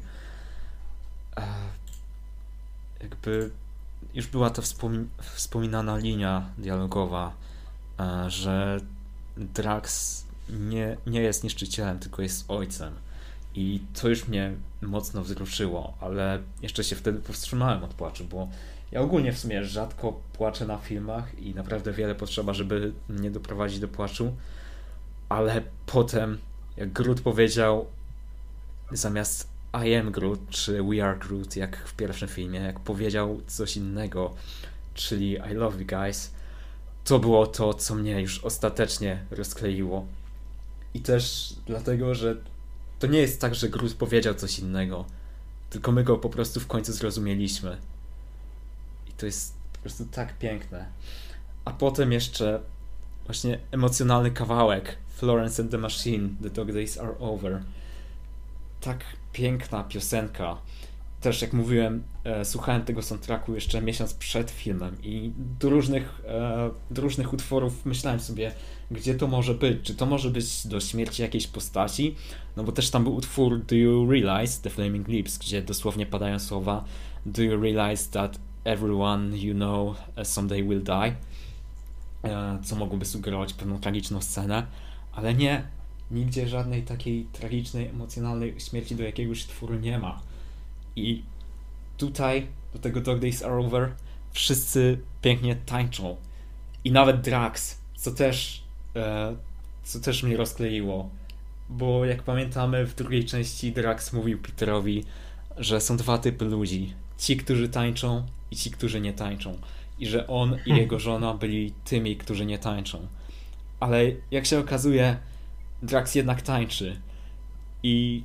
Jakby już była ta wspominana linia dialogowa, że Drax nie jest niszczycielem, tylko jest ojcem. I to już mnie mocno wzruszyło, ale jeszcze się wtedy powstrzymałem od płaczu, bo ja ogólnie w sumie rzadko płaczę na filmach i naprawdę wiele potrzeba, żeby mnie doprowadzić do płaczu, ale potem, jak Groot powiedział zamiast I am Groot, czy We are Groot, jak w pierwszym filmie, jak powiedział coś innego, czyli I love you guys, to było to, co mnie już ostatecznie rozkleiło. I też dlatego, że to nie jest tak, że Groot powiedział coś innego, tylko my go po prostu w końcu zrozumieliśmy. I to jest po prostu tak piękne. A potem jeszcze właśnie emocjonalny kawałek Florence and the Machine, The Dog Days Are Over. Tak piękna piosenka. Też jak mówiłem, słuchałem tego soundtracku jeszcze miesiąc przed filmem i do różnych utworów myślałem sobie, gdzie to może być. Czy to może być do śmierci jakiejś postaci? No bo też tam był utwór Do You Realize, The Flaming Lips, gdzie dosłownie padają słowa Do you realize that everyone you know someday will die? Co mogłoby sugerować pewną tragiczną scenę, ale nie. Nigdzie żadnej takiej tragicznej, emocjonalnej śmierci do jakiegoś utworu nie ma. I tutaj, do tego Dog Days Are Over, wszyscy pięknie tańczą. I nawet Drax, co też mnie rozkleiło. Bo jak pamiętamy, w drugiej części Drax mówił Peterowi, że są 2 typy ludzi. Ci, którzy tańczą i ci, którzy nie tańczą. I że on i jego żona byli tymi, którzy nie tańczą. ale jak się okazuje, Drax jednak tańczy. I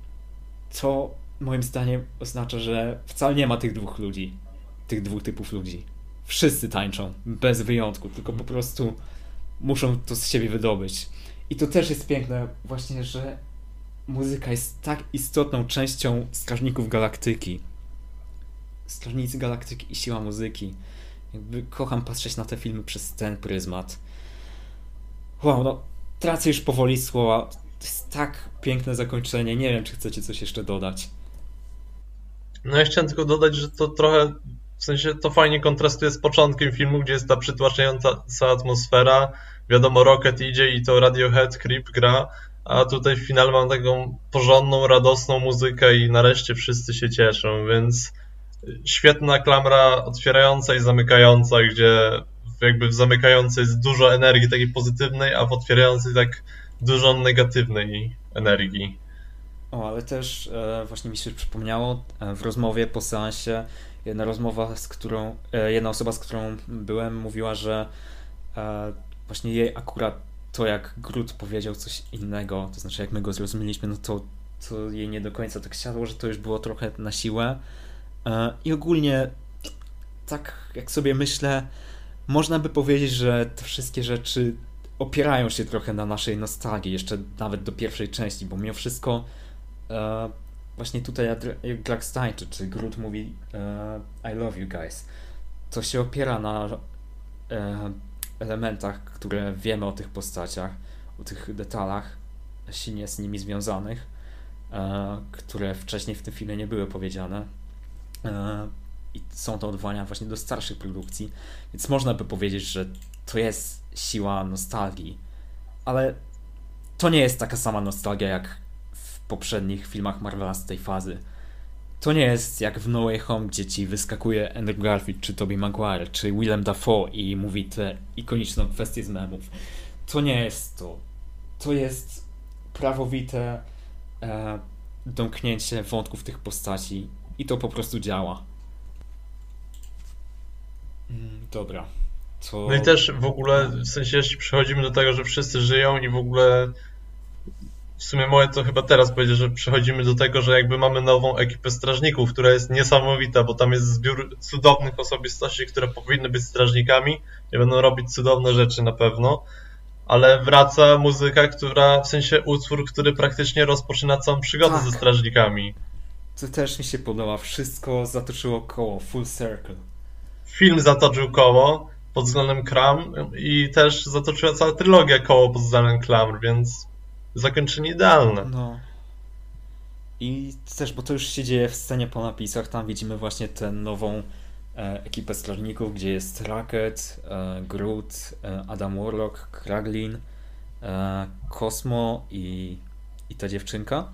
to moim zdaniem oznacza, że wcale nie ma tych dwóch ludzi, tych dwóch typów ludzi. Wszyscy tańczą, bez wyjątku, tylko po prostu muszą to z siebie wydobyć. I to też jest piękne właśnie, że muzyka jest tak istotną częścią Strażników Galaktyki. Strażnicy Galaktyki i siła muzyki. Jakby kocham patrzeć na te filmy przez ten pryzmat. Wow, no tracę już powoli słowa. To jest tak piękne zakończenie. Nie wiem, czy chcecie coś jeszcze dodać. No ja chciałem tylko dodać, że to trochę, w sensie to fajnie kontrastuje z początkiem filmu, gdzie jest ta przytłaczająca atmosfera. Wiadomo, Rocket idzie i to Radiohead Creep gra, a tutaj w finale mam taką porządną, radosną muzykę i nareszcie wszyscy się cieszą, więc świetna klamra otwierająca i zamykająca, gdzie jakby w zamykającej jest dużo energii takiej pozytywnej, a w otwierającej tak dużo negatywnej energii. O, ale też właśnie mi się przypomniało w rozmowie po seansie, jedna osoba, z którą byłem, mówiła, że właśnie jej akurat to, jak Groot powiedział coś innego, to znaczy jak my go zrozumieliśmy, no to jej nie do końca tak siadło, że to już było trochę na siłę. I ogólnie, tak jak sobie myślę, można by powiedzieć, że te wszystkie rzeczy opierają się trochę na naszej nostalgii, jeszcze nawet do pierwszej części, bo mimo wszystko właśnie tutaj jak Drax tańczy, czy Groot mówi I love you guys, to się opiera na elementach, które wiemy o tych postaciach, o tych detalach silnie z nimi związanych, które wcześniej w tym filmie nie były powiedziane. I są to odwołania właśnie do starszych produkcji, więc można by powiedzieć, że to jest siła nostalgii, ale to nie jest taka sama nostalgia jak w poprzednich filmach Marvela z tej fazy. To nie jest jak w No Way Home, gdzie ci wyskakuje Andrew Garfield, czy Tobey Maguire, czy Willem Dafoe i mówi tę ikoniczną kwestię z memów. To nie jest to. To jest prawowite domknięcie wątków tych postaci i to po prostu działa. Dobra. To... No i też w ogóle, w sensie jeśli przechodzimy do tego, że wszyscy żyją i w ogóle w sumie mogę to chyba teraz powiedzieć, że przechodzimy do tego, że jakby mamy nową ekipę strażników, która jest niesamowita, bo tam jest zbiór cudownych osobistości, które powinny być strażnikami i będą robić cudowne rzeczy na pewno, ale wraca muzyka, która, w sensie utwór, który praktycznie rozpoczyna całą przygodę ze strażnikami. To też mi się podoba. Wszystko zatoczyło koło, full circle. Film zatoczył koło pod względem klam i też zatoczyła cała trylogia koło pod względem klamr, więc zakończenie idealne. No. I też, bo to już się dzieje w scenie po napisach, tam widzimy właśnie tę nową ekipę strażników, gdzie jest Rocket, Groot, Adam Warlock, Kraglin, Cosmo i ta dziewczynka.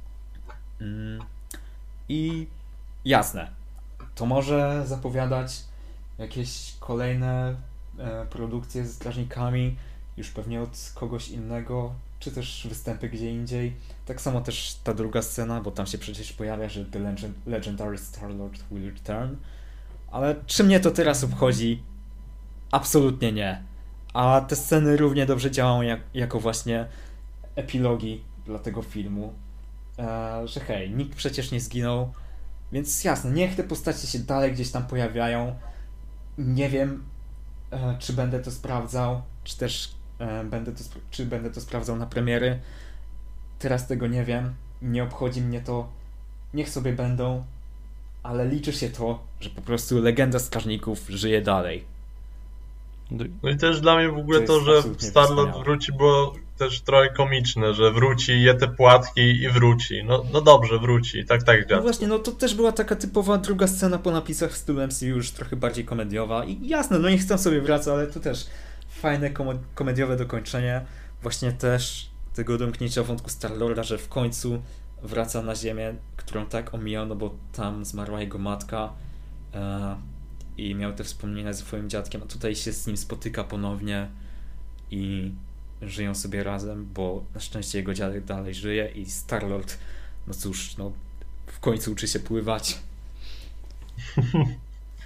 I jasne, to może zapowiadać jakieś kolejne produkcje z strażnikami, już pewnie od kogoś innego, czy też występy gdzie indziej. Tak samo też ta druga scena, bo tam się przecież pojawia, że The Legendary Star-Lord will return. Ale czy mnie to teraz obchodzi? Absolutnie nie. A te sceny równie dobrze działają jako właśnie epilogi dla tego filmu. Że hej, nikt przecież nie zginął, więc jasne, niech te postacie się dalej gdzieś tam pojawiają. Nie wiem, czy będę to sprawdzał, czy też będę to sprawdzał na premiery. Teraz tego nie wiem, nie obchodzi mnie to. Niech sobie będą, ale liczy się to, że po prostu legenda strażników żyje dalej. No i też dla mnie w ogóle to że Star-Lord wróci, było też trochę komiczne, że wróci, je te płatki i wróci. No dobrze, wróci, tak działa. No właśnie, no to też była taka typowa druga scena po napisach w stylu MCU, już trochę bardziej komediowa i jasne, no niech tam sobie wraca, ale to też fajne komediowe dokończenie właśnie też tego domknięcia wątku Star-Lorda, że w końcu wraca na ziemię, którą tak omijał, no bo tam zmarła jego matka i miał te wspomnienia ze swoim dziadkiem, a tutaj się z nim spotyka ponownie i żyją sobie razem, bo na szczęście jego dziadek dalej żyje i Star-Lord, no cóż, no w końcu uczy się pływać.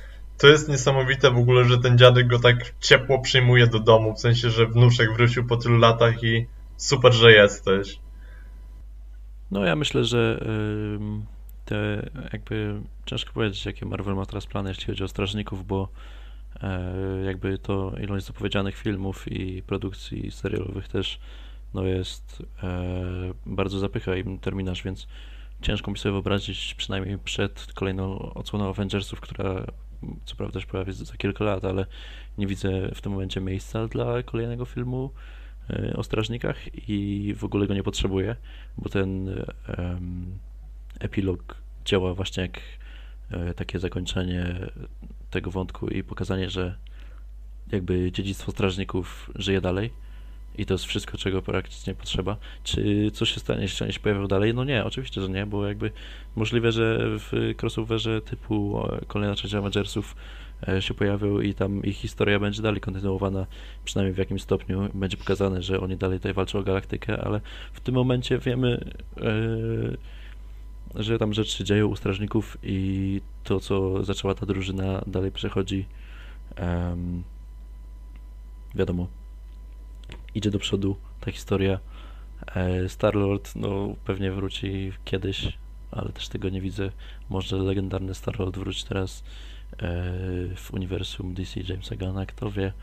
to jest niesamowite w ogóle, że ten dziadek go tak ciepło przyjmuje do domu, w sensie, że wnuczek wrócił po tylu latach i super, że jesteś. No ja myślę, że te jakby ciężko powiedzieć, jakie Marvel ma teraz plany, jeśli chodzi o Strażników, bo jakby to ilość zapowiedzianych filmów i produkcji serialowych też no jest bardzo zapycha im terminarz, więc ciężko mi sobie wyobrazić przynajmniej przed kolejną odsłoną Avengersów, która co prawda już pojawi się za kilka lat, ale nie widzę w tym momencie miejsca dla kolejnego filmu o strażnikach i w ogóle go nie potrzebuję, bo ten epilog działa właśnie jak takie zakończenie tego wątku i pokazanie, że jakby dziedzictwo strażników żyje dalej i to jest wszystko, czego praktycznie potrzeba. Czy coś się stanie, jeśli oni się pojawią dalej? No nie, oczywiście, że nie, bo jakby możliwe, że w crossoverze typu kolejna część Avengersów się pojawią i tam ich historia będzie dalej kontynuowana, przynajmniej w jakimś stopniu. Będzie pokazane, że oni dalej tutaj walczą o galaktykę, ale w tym momencie wiemy, że tam rzeczy się dzieją u strażników i to, co zaczęła ta drużyna, dalej przechodzi. Wiadomo, idzie do przodu ta historia. Star-Lord no pewnie wróci kiedyś, ale też tego nie widzę. Może legendarny Star-Lord wróci teraz w uniwersum DC Jamesa Gunna, kto wie.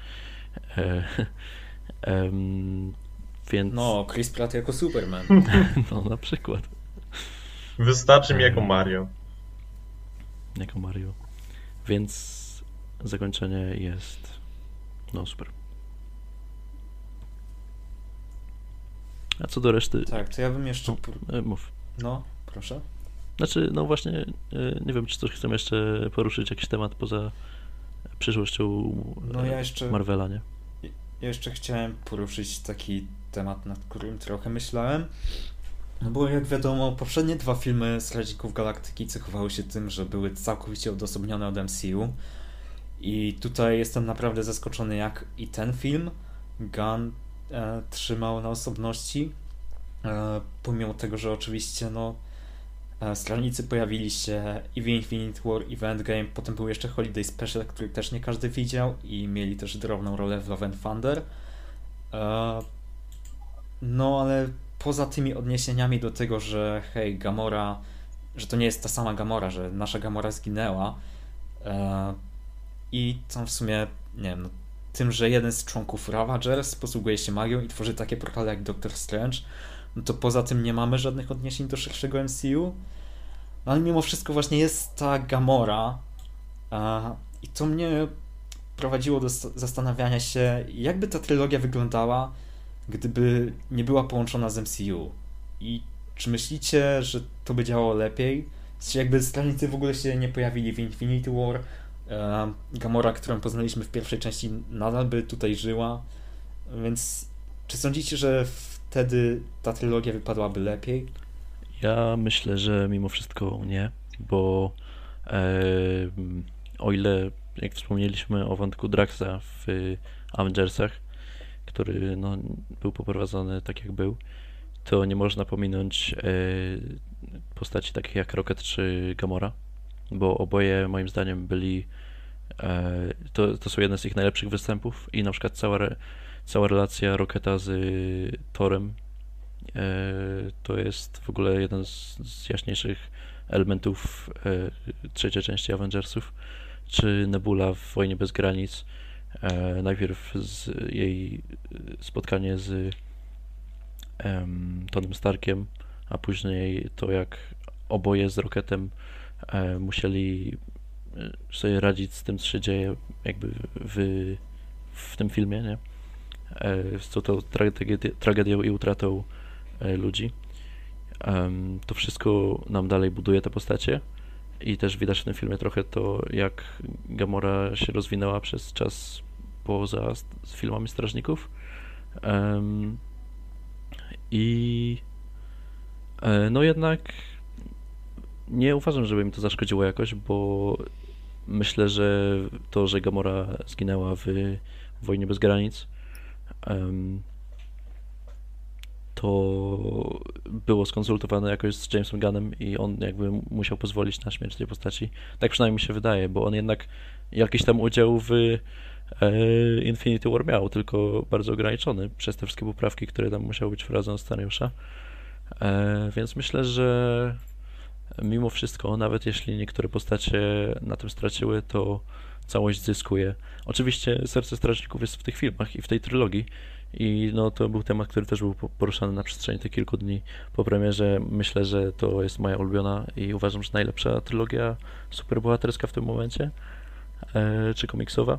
Więc... No, Chris Pratt jako Superman. no na przykład. Wystarczy mi jako Mario. Jako Mario. Więc zakończenie jest no super. A co do reszty... Tak, to ja bym jeszcze... Mów. No, proszę. Znaczy, no właśnie, nie wiem, czy coś chcę jeszcze poruszyć, jakiś temat poza przyszłością No ja jeszcze... Marvela, nie? Ja jeszcze chciałem poruszyć taki temat, nad którym trochę myślałem. No bo jak wiadomo, poprzednie dwa filmy Strażników Galaktyki cechowały się tym, że były całkowicie odosobnione od MCU. I tutaj jestem naprawdę zaskoczony, jak i ten film Gunn trzymał na osobności. Pomimo tego, że oczywiście no strażnicy pojawili się i w Infinite War, i w Endgame. Potem był jeszcze Holiday Special, który też nie każdy widział i mieli też drobną rolę w Love and Thunder. No ale poza tymi odniesieniami do tego, że hej, Gamora, że to nie jest ta sama Gamora, że nasza Gamora zginęła i tam w sumie, nie wiem, no, tym, że jeden z członków Ravagers posługuje się magią i tworzy takie portale jak Doctor Strange, no to poza tym nie mamy żadnych odniesień do szerszego MCU. No ale mimo wszystko właśnie jest ta Gamora i to mnie prowadziło do zastanawiania się, jakby ta trylogia wyglądała, gdyby nie była połączona z MCU. I czy myślicie, że to by działało lepiej? Czy jakby strażnicy w ogóle się nie pojawili w Infinity War, Gamora, którą poznaliśmy w pierwszej części, nadal by tutaj żyła. Więc czy sądzicie, że wtedy ta trylogia wypadłaby lepiej? Ja myślę, że mimo wszystko nie, bo o ile, jak wspomnieliśmy o wątku Draxa w Avengersach, który no, był poprowadzony tak jak był, to nie można pominąć postaci takich jak Rocket czy Gamora, bo oboje moim zdaniem byli to są jedne z ich najlepszych występów i na przykład cała relacja Rocketa z Thorem to jest w ogóle jeden z jaśniejszych elementów trzeciej części Avengersów, czy Nebula w Wojnie bez granic. Najpierw jej spotkanie z Tonym Starkiem, a później to, jak oboje z Rocketem musieli sobie radzić z tym, co się dzieje jakby w tym filmie, nie? Z tą tragedią i utratą ludzi. To wszystko nam dalej buduje te postacie i też widać w tym filmie trochę to, jak Gamora się rozwinęła przez czas poza filmami Strażników. I no jednak nie uważam, żeby mi to zaszkodziło jakoś, bo myślę, że to, że Gamora zginęła w Wojnie bez granic, to było skonsultowane jakoś z Jamesem Gunnem i on jakby musiał pozwolić na śmierć tej postaci. Tak przynajmniej mi się wydaje, bo on jednak jakiś tam udział w Infinity War miał, tylko bardzo ograniczony przez te wszystkie poprawki, które tam musiały być wprowadzone do scenariusza. Więc myślę, że mimo wszystko, nawet jeśli niektóre postacie na tym straciły, to całość zyskuje. Oczywiście serce strażników jest w tych filmach i w tej trylogii i no to był temat, który też był poruszany na przestrzeni tych kilku dni po premierze. Myślę, że to jest moja ulubiona i uważam, że najlepsza trylogia superbohaterska w tym momencie, czy komiksowa.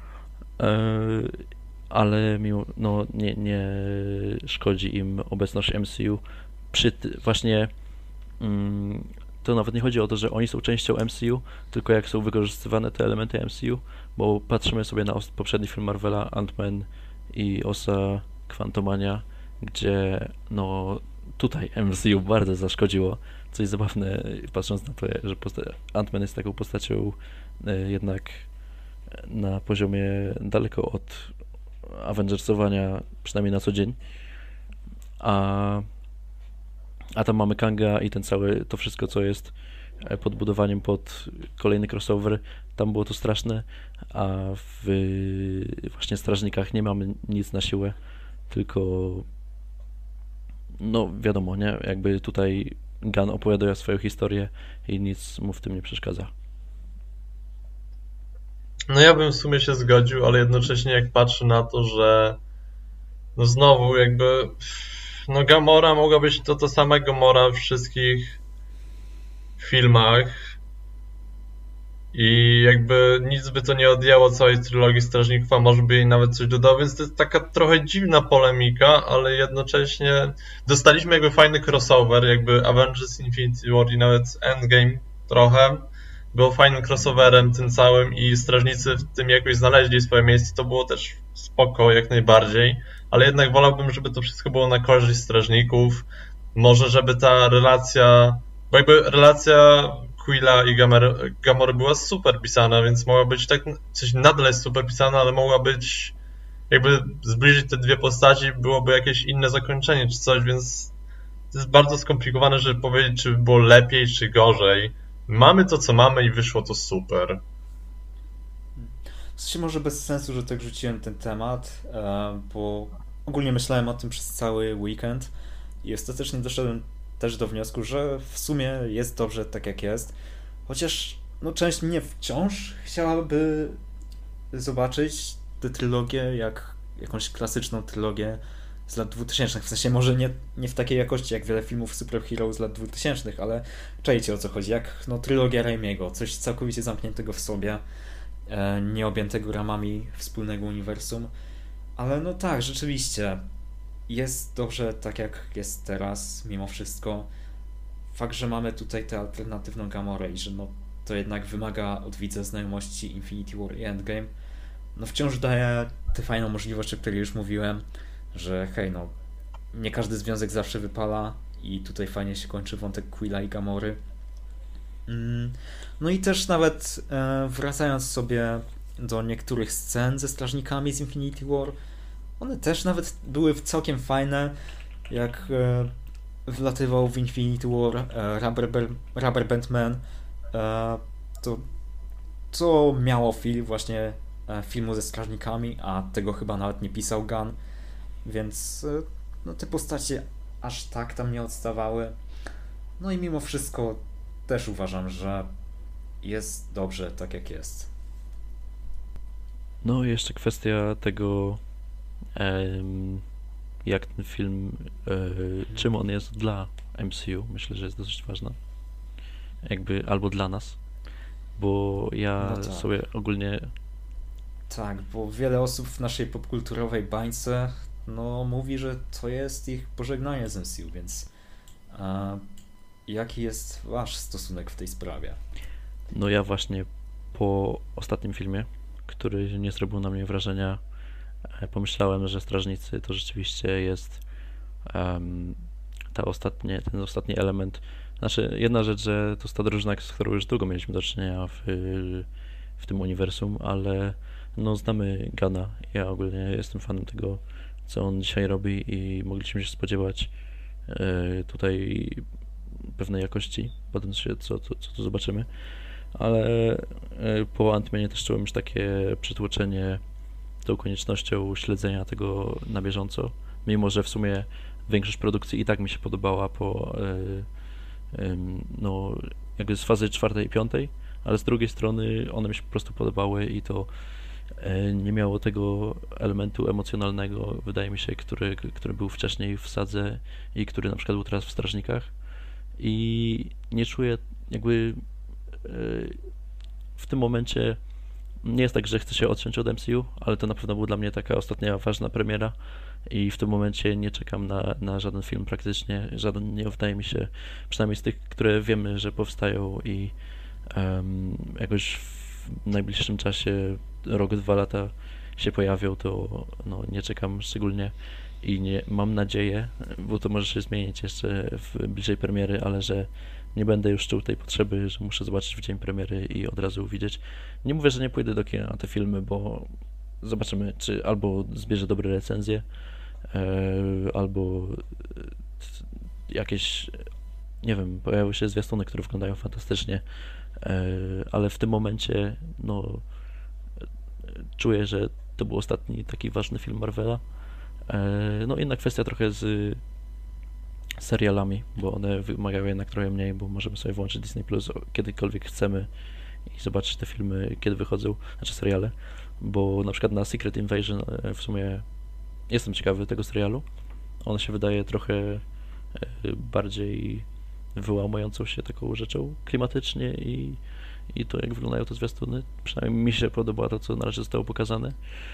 Ale mimo, no, nie szkodzi im obecność MCU właśnie to nawet nie chodzi o to, że oni są częścią MCU, tylko jak są wykorzystywane te elementy MCU, bo patrzymy sobie na poprzedni film Marvela, Ant-Man i Osa Quantumania, gdzie no tutaj MCU bardzo zaszkodziło, co jest zabawne, patrząc na to, że Ant-Man jest taką postacią jednak na poziomie daleko od Avengersowania, przynajmniej na co dzień, a tam mamy Kanga i to wszystko, co jest podbudowaniem pod kolejny crossover, tam było to straszne, a w właśnie Strażnikach nie mamy nic na siłę, tylko no wiadomo, nie? Jakby tutaj Gunn opowiada swoją historię i nic mu w tym nie przeszkadza. No ja bym w sumie się zgodził, ale jednocześnie jak patrzę na to, że no znowu jakby no Gamora mogła być to sama Gamora w wszystkich filmach i jakby nic by to nie odjęło całej trylogii Strażników, a może by jej nawet coś dodał, więc to jest taka trochę dziwna polemika, ale jednocześnie dostaliśmy jakby fajny crossover, jakby Avengers Infinity War i nawet Endgame trochę było fajnym crossoverem tym całym i Strażnicy w tym jakoś znaleźli swoje miejsce, to było też spoko jak najbardziej, ale jednak wolałbym, żeby to wszystko było na korzyść Strażników, może żeby ta relacja, bo jakby relacja Quilla i Gamory była super pisana, więc mogła być tak, coś nadal jest super pisana, ale mogła być jakby zbliżyć te dwie postaci, byłoby jakieś inne zakończenie czy coś, więc to jest bardzo skomplikowane, żeby powiedzieć, czy było lepiej, czy gorzej. Mamy to, co mamy i wyszło to super. W sensie może bez sensu, że tak rzuciłem ten temat, bo ogólnie myślałem o tym przez cały weekend i ostatecznie doszedłem też do wniosku, że w sumie jest dobrze tak jak jest, chociaż no, część mnie wciąż chciałaby zobaczyć tę trylogię jak jakąś klasyczną trylogię z lat 2000, w sensie może nie w takiej jakości jak wiele filmów superhero z lat 2000, ale czajcie o co chodzi, jak no, trylogia Raimiego, coś całkowicie zamkniętego w sobie, nie objętego ramami wspólnego uniwersum, ale no tak, rzeczywiście jest dobrze tak jak jest teraz, mimo wszystko. Fakt, że mamy tutaj tę alternatywną Gamorę i że no, to jednak wymaga od widza znajomości Infinity War i Endgame, no wciąż daje tę fajną możliwość, o której już mówiłem, że hej, no nie każdy związek zawsze wypala i tutaj fajnie się kończy wątek Quilla i Gamory. No i też nawet wracając sobie do niektórych scen ze strażnikami z Infinity War, one też nawet były całkiem fajne, jak wlatywał w Infinity War Rubber Band Man, to miało feel właśnie filmu ze strażnikami, a tego chyba nawet nie pisał Gunn, więc no, te postacie aż tak tam nie odstawały. No i mimo wszystko też uważam, że jest dobrze tak jak jest. No i jeszcze kwestia tego, jak ten film, czym on jest dla MCU, myślę, że jest dosyć ważna. Jakby albo dla nas, bo ja No tak. sobie ogólnie... Tak, bo wiele osób w naszej popkulturowej bańce no, mówi, że to jest ich pożegnanie z MCU, więc jaki jest wasz stosunek w tej sprawie? No ja właśnie po ostatnim filmie, który nie zrobił na mnie wrażenia, pomyślałem, że Strażnicy to rzeczywiście jest ten ostatni element. Znaczy, jedna rzecz, że to jest ta drużyna, z którą już długo mieliśmy do czynienia w tym uniwersum, ale no znamy Gunna. Ja ogólnie jestem fanem co on dzisiaj robi i mogliśmy się spodziewać tutaj pewnej jakości, potem co tu zobaczymy, ale po Ant-Manie też czułem już takie przytłoczenie tą koniecznością śledzenia tego na bieżąco, mimo że w sumie większość produkcji i tak mi się podobała no jakby z fazy 4. i 5., ale z drugiej strony one mi się po prostu podobały i to nie miało tego elementu emocjonalnego, wydaje mi się, który był wcześniej w Sadze i który na przykład był teraz w Strażnikach i nie czuję jakby w tym momencie nie jest tak, że chcę się odciąć od MCU, ale to na pewno była dla mnie taka ostatnia ważna premiera i w tym momencie nie czekam na żaden film praktycznie, żaden nie wydaje mi się, przynajmniej z tych, które wiemy, że powstają i jakoś w najbliższym czasie, rok, 2 lata się pojawią, to no, nie czekam szczególnie i nie, mam nadzieję, bo to może się zmienić jeszcze bliżej premiery, ale że nie będę już czuł tej potrzeby, że muszę zobaczyć w dzień premiery i od razu widzieć. Nie mówię, że nie pójdę do kina na te filmy, bo zobaczymy, czy albo zbierze dobre recenzje, albo jakieś, nie wiem, pojawiły się zwiastuny, które wyglądają fantastycznie, ale w tym momencie no, czuję, że to był ostatni taki ważny film Marvela. No inna kwestia trochę z serialami, bo one wymagają jednak trochę mniej, bo możemy sobie włączyć Disney Plus kiedykolwiek chcemy i zobaczyć te filmy, kiedy wychodzą, znaczy seriale, bo na przykład na Secret Invasion w sumie jestem ciekawy tego serialu. On się wydaje trochę bardziej wyłamującą się taką rzeczą klimatycznie i to jak wyglądają te zwiastuny. Przynajmniej mi się podoba to, co na razie zostało pokazane.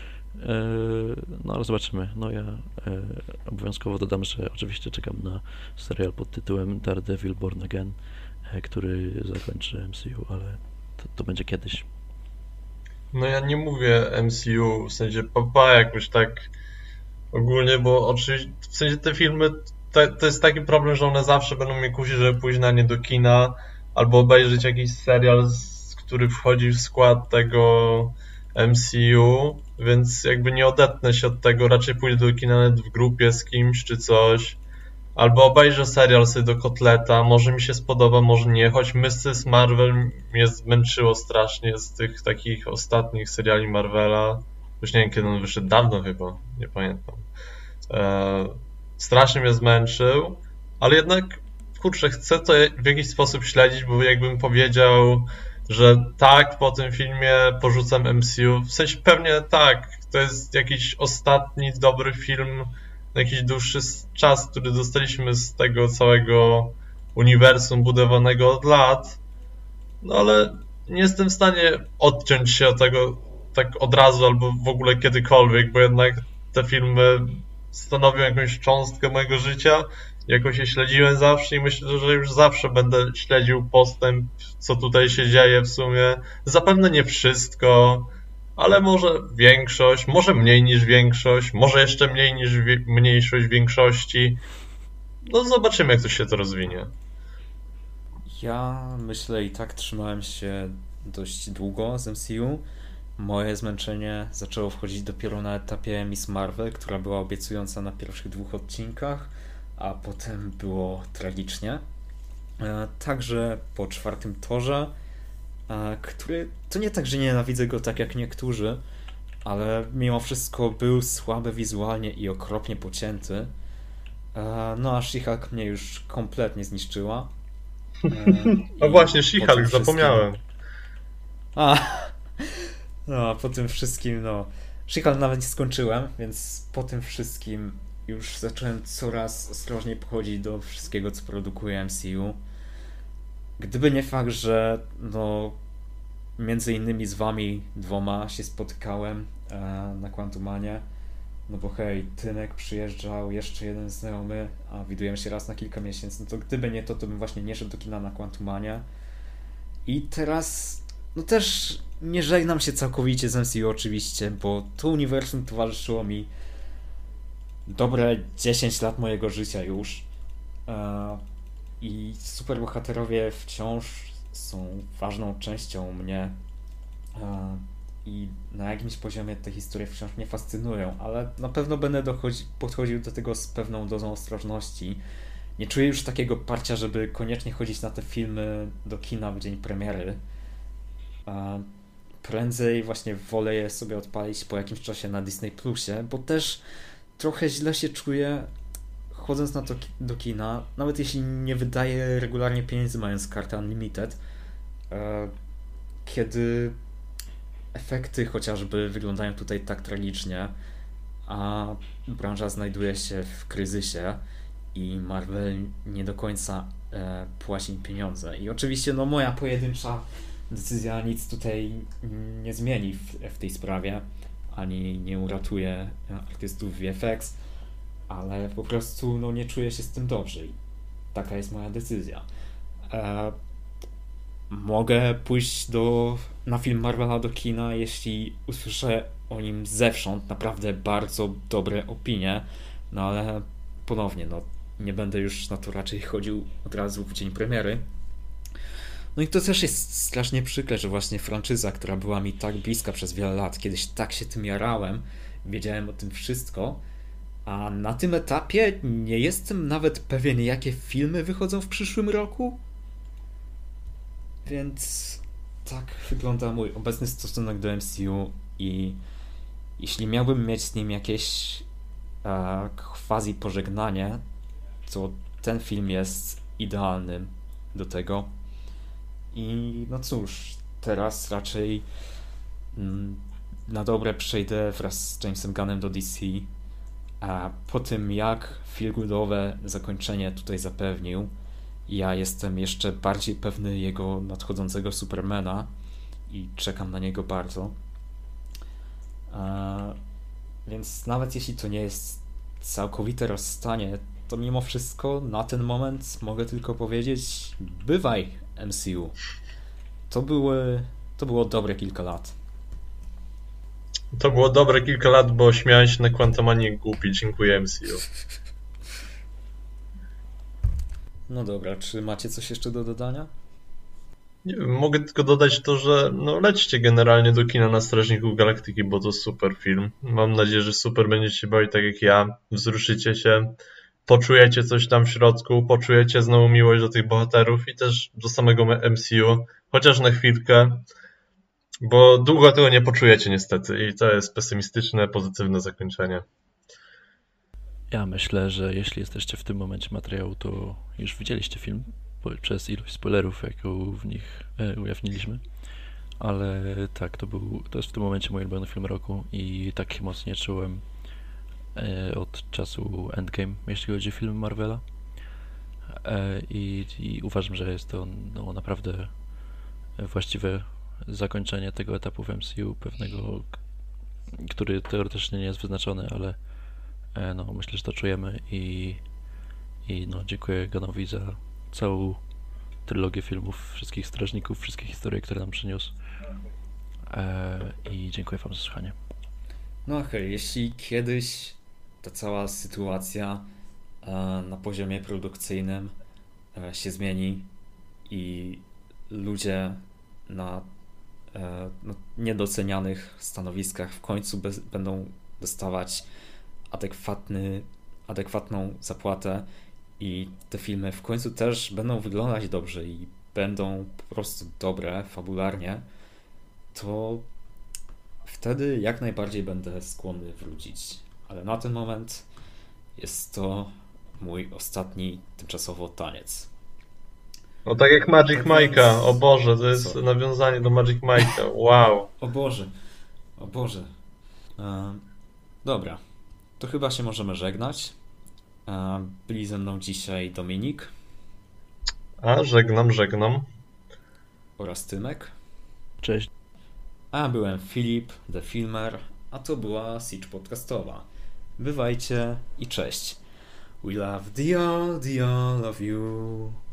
No ale zobaczymy. No ja obowiązkowo dodam, że oczywiście czekam na serial pod tytułem Daredevil Born Again, który zakończy MCU, ale to będzie kiedyś. No ja nie mówię MCU, w sensie papa jakoś tak ogólnie, bo oczywiście w sensie te filmy to jest taki problem, że one zawsze będą mnie kusić, żeby pójść na nie do kina albo obejrzeć jakiś serial, który wchodzi w skład tego MCU, więc jakby nie odetnę się od tego, raczej pójdę do kina nawet w grupie z kimś czy coś, albo obejrzę serial sobie do kotleta, może mi się spodoba, może nie, choć Mrs. Marvel mnie zmęczyło strasznie z tych takich ostatnich seriali Marvela, już nie wiem kiedy on wyszedł, dawno chyba, nie pamiętam. Strasznie mnie zmęczył, ale jednak kurczę, chcę to w jakiś sposób śledzić, bo jakbym powiedział, że tak, po tym filmie porzucam MCU, w sensie pewnie tak, to jest jakiś ostatni dobry film na jakiś dłuższy czas, który dostaliśmy z tego całego uniwersum budowanego od lat, no ale nie jestem w stanie odciąć się od tego tak od razu albo w ogóle kiedykolwiek, bo jednak te filmy stanowią jakąś cząstkę mojego życia, jakoś je śledziłem zawsze i myślę, że już zawsze będę śledził postęp, co tutaj się dzieje w sumie. Zapewne nie wszystko, ale może większość, może mniej niż większość, może jeszcze mniej niż mniejszość większości. No zobaczymy, jak to się to rozwinie. Ja myślę i tak trzymałem się dość długo z MCU. Moje zmęczenie zaczęło wchodzić dopiero na etapie Miss Marvel, która była obiecująca na pierwszych 2 odcinkach, a potem było tragicznie. Także po 4. torze, który to nie tak, że nienawidzę go tak jak niektórzy, ale mimo wszystko był słaby wizualnie i okropnie pocięty. No a She-Hulk mnie już kompletnie zniszczyła. No właśnie, She-Hulk, zapomniałem. No, a po tym wszystkim, no... She-Hulk nawet nie skończyłem, więc po tym wszystkim już zacząłem coraz ostrożniej podchodzić do wszystkiego, co produkuje MCU. Gdyby nie fakt, że no między innymi z wami 2 się spotykałem na Quantumanie, no bo hej, Tymek przyjeżdżał, jeszcze jeden znajomy, a widujemy się raz na kilka miesięcy, no to gdyby nie to, to bym właśnie nie szedł do kina na Quantumanie. I teraz, no też nie żegnam się całkowicie z MCU oczywiście, bo to uniwersum towarzyszyło mi dobre 10 lat mojego życia już. I superbohaterowie wciąż są ważną częścią mnie. i na jakimś poziomie te historie wciąż mnie fascynują, ale na pewno będę podchodził do tego z pewną dozą ostrożności. Nie czuję już takiego parcia, żeby koniecznie chodzić na te filmy do kina w dzień premiery. Prędzej właśnie wolę je sobie odpalić po jakimś czasie na Disney Plusie, bo też trochę źle się czuję chodząc do kina, nawet jeśli nie wydaję regularnie pieniędzy mając kartę Unlimited, kiedy efekty chociażby wyglądają tutaj tak tragicznie, a branża znajduje się w kryzysie i Marvel nie do końca płaci im pieniądze. I oczywiście moja pojedyncza decyzja nic tutaj nie zmieni w tej sprawie, ani nie uratuje artystów VFX, ale po prostu nie czuję się z tym dobrze i taka jest moja decyzja. Mogę pójść na film Marvela do kina, jeśli usłyszę o nim zewsząd naprawdę bardzo dobre opinie, ale ponownie, nie będę już na to raczej chodził od razu w dzień premiery. No i to też jest strasznie przykre, że właśnie franczyza, która była mi tak bliska przez wiele lat, kiedyś tak się tym jarałem, wiedziałem o tym wszystko, a na tym etapie nie jestem nawet pewien, jakie filmy wychodzą w przyszłym roku. Więc tak wygląda mój obecny stosunek do MCU i jeśli miałbym mieć z nim jakieś quasi pożegnanie, to ten film jest idealnym do tego. I cóż, teraz raczej na dobre przejdę wraz z Jamesem Gunnem do DC. A po tym, jak feelgoodowe zakończenie tutaj zapewnił, ja jestem jeszcze bardziej pewny jego nadchodzącego Supermana i czekam na niego bardzo. Więc nawet jeśli to nie jest całkowite rozstanie, to mimo wszystko na ten moment mogę tylko powiedzieć: bywaj, MCU. To było dobre kilka lat. To było dobre kilka lat, bo śmiałem się na Quantumanie głupi. Dziękuję, MCU. No dobra, czy macie coś jeszcze do dodania? Nie wiem, mogę tylko dodać to, że lećcie generalnie do kina na Strażników Galaktyki, bo to super film. Mam nadzieję, że super będziecie się bawić tak jak ja. Wzruszycie się, poczujecie coś tam w środku, poczujecie znowu miłość do tych bohaterów i też do samego MCU, chociaż na chwilkę, bo długo tego nie poczujecie niestety i to jest pesymistyczne, pozytywne zakończenie. Ja myślę, że jeśli jesteście w tym momencie materiału, to już widzieliście film przez ilość spoilerów, jaką w nich ujawniliśmy. Ale tak, to jest w tym momencie mój ulubiony film roku i tak się mocno nie czułem od czasu Endgame, jeśli chodzi o filmy Marvela. I uważam, że jest to naprawdę właściwe zakończenie tego etapu w MCU, pewnego, który teoretycznie nie jest wyznaczony, ale myślę, że to czujemy i dziękuję Gunnowi za całą trylogię filmów, wszystkich strażników, wszystkie historie, które nam przyniósł. I dziękuję wam za słuchanie. No hej, jeśli kiedyś ta cała sytuacja na poziomie produkcyjnym się zmieni i ludzie na niedocenianych stanowiskach w końcu będą dostawać adekwatną zapłatę i te filmy w końcu też będą wyglądać dobrze i będą po prostu dobre fabularnie, to wtedy jak najbardziej będę skłonny wrócić. Ale na ten moment jest to mój ostatni tymczasowo taniec. No tak jak Magic Mike'a, o Boże, to jest nawiązanie do Magic Mike'a, wow. O Boże. Dobra, to chyba się możemy żegnać. Byli ze mną dzisiaj Dominik. Żegnam. Oraz Tymek. Cześć. A byłem Filip, The Filmer, a to była Siege Podcastowa. Bywajcie i cześć. We love the all of you.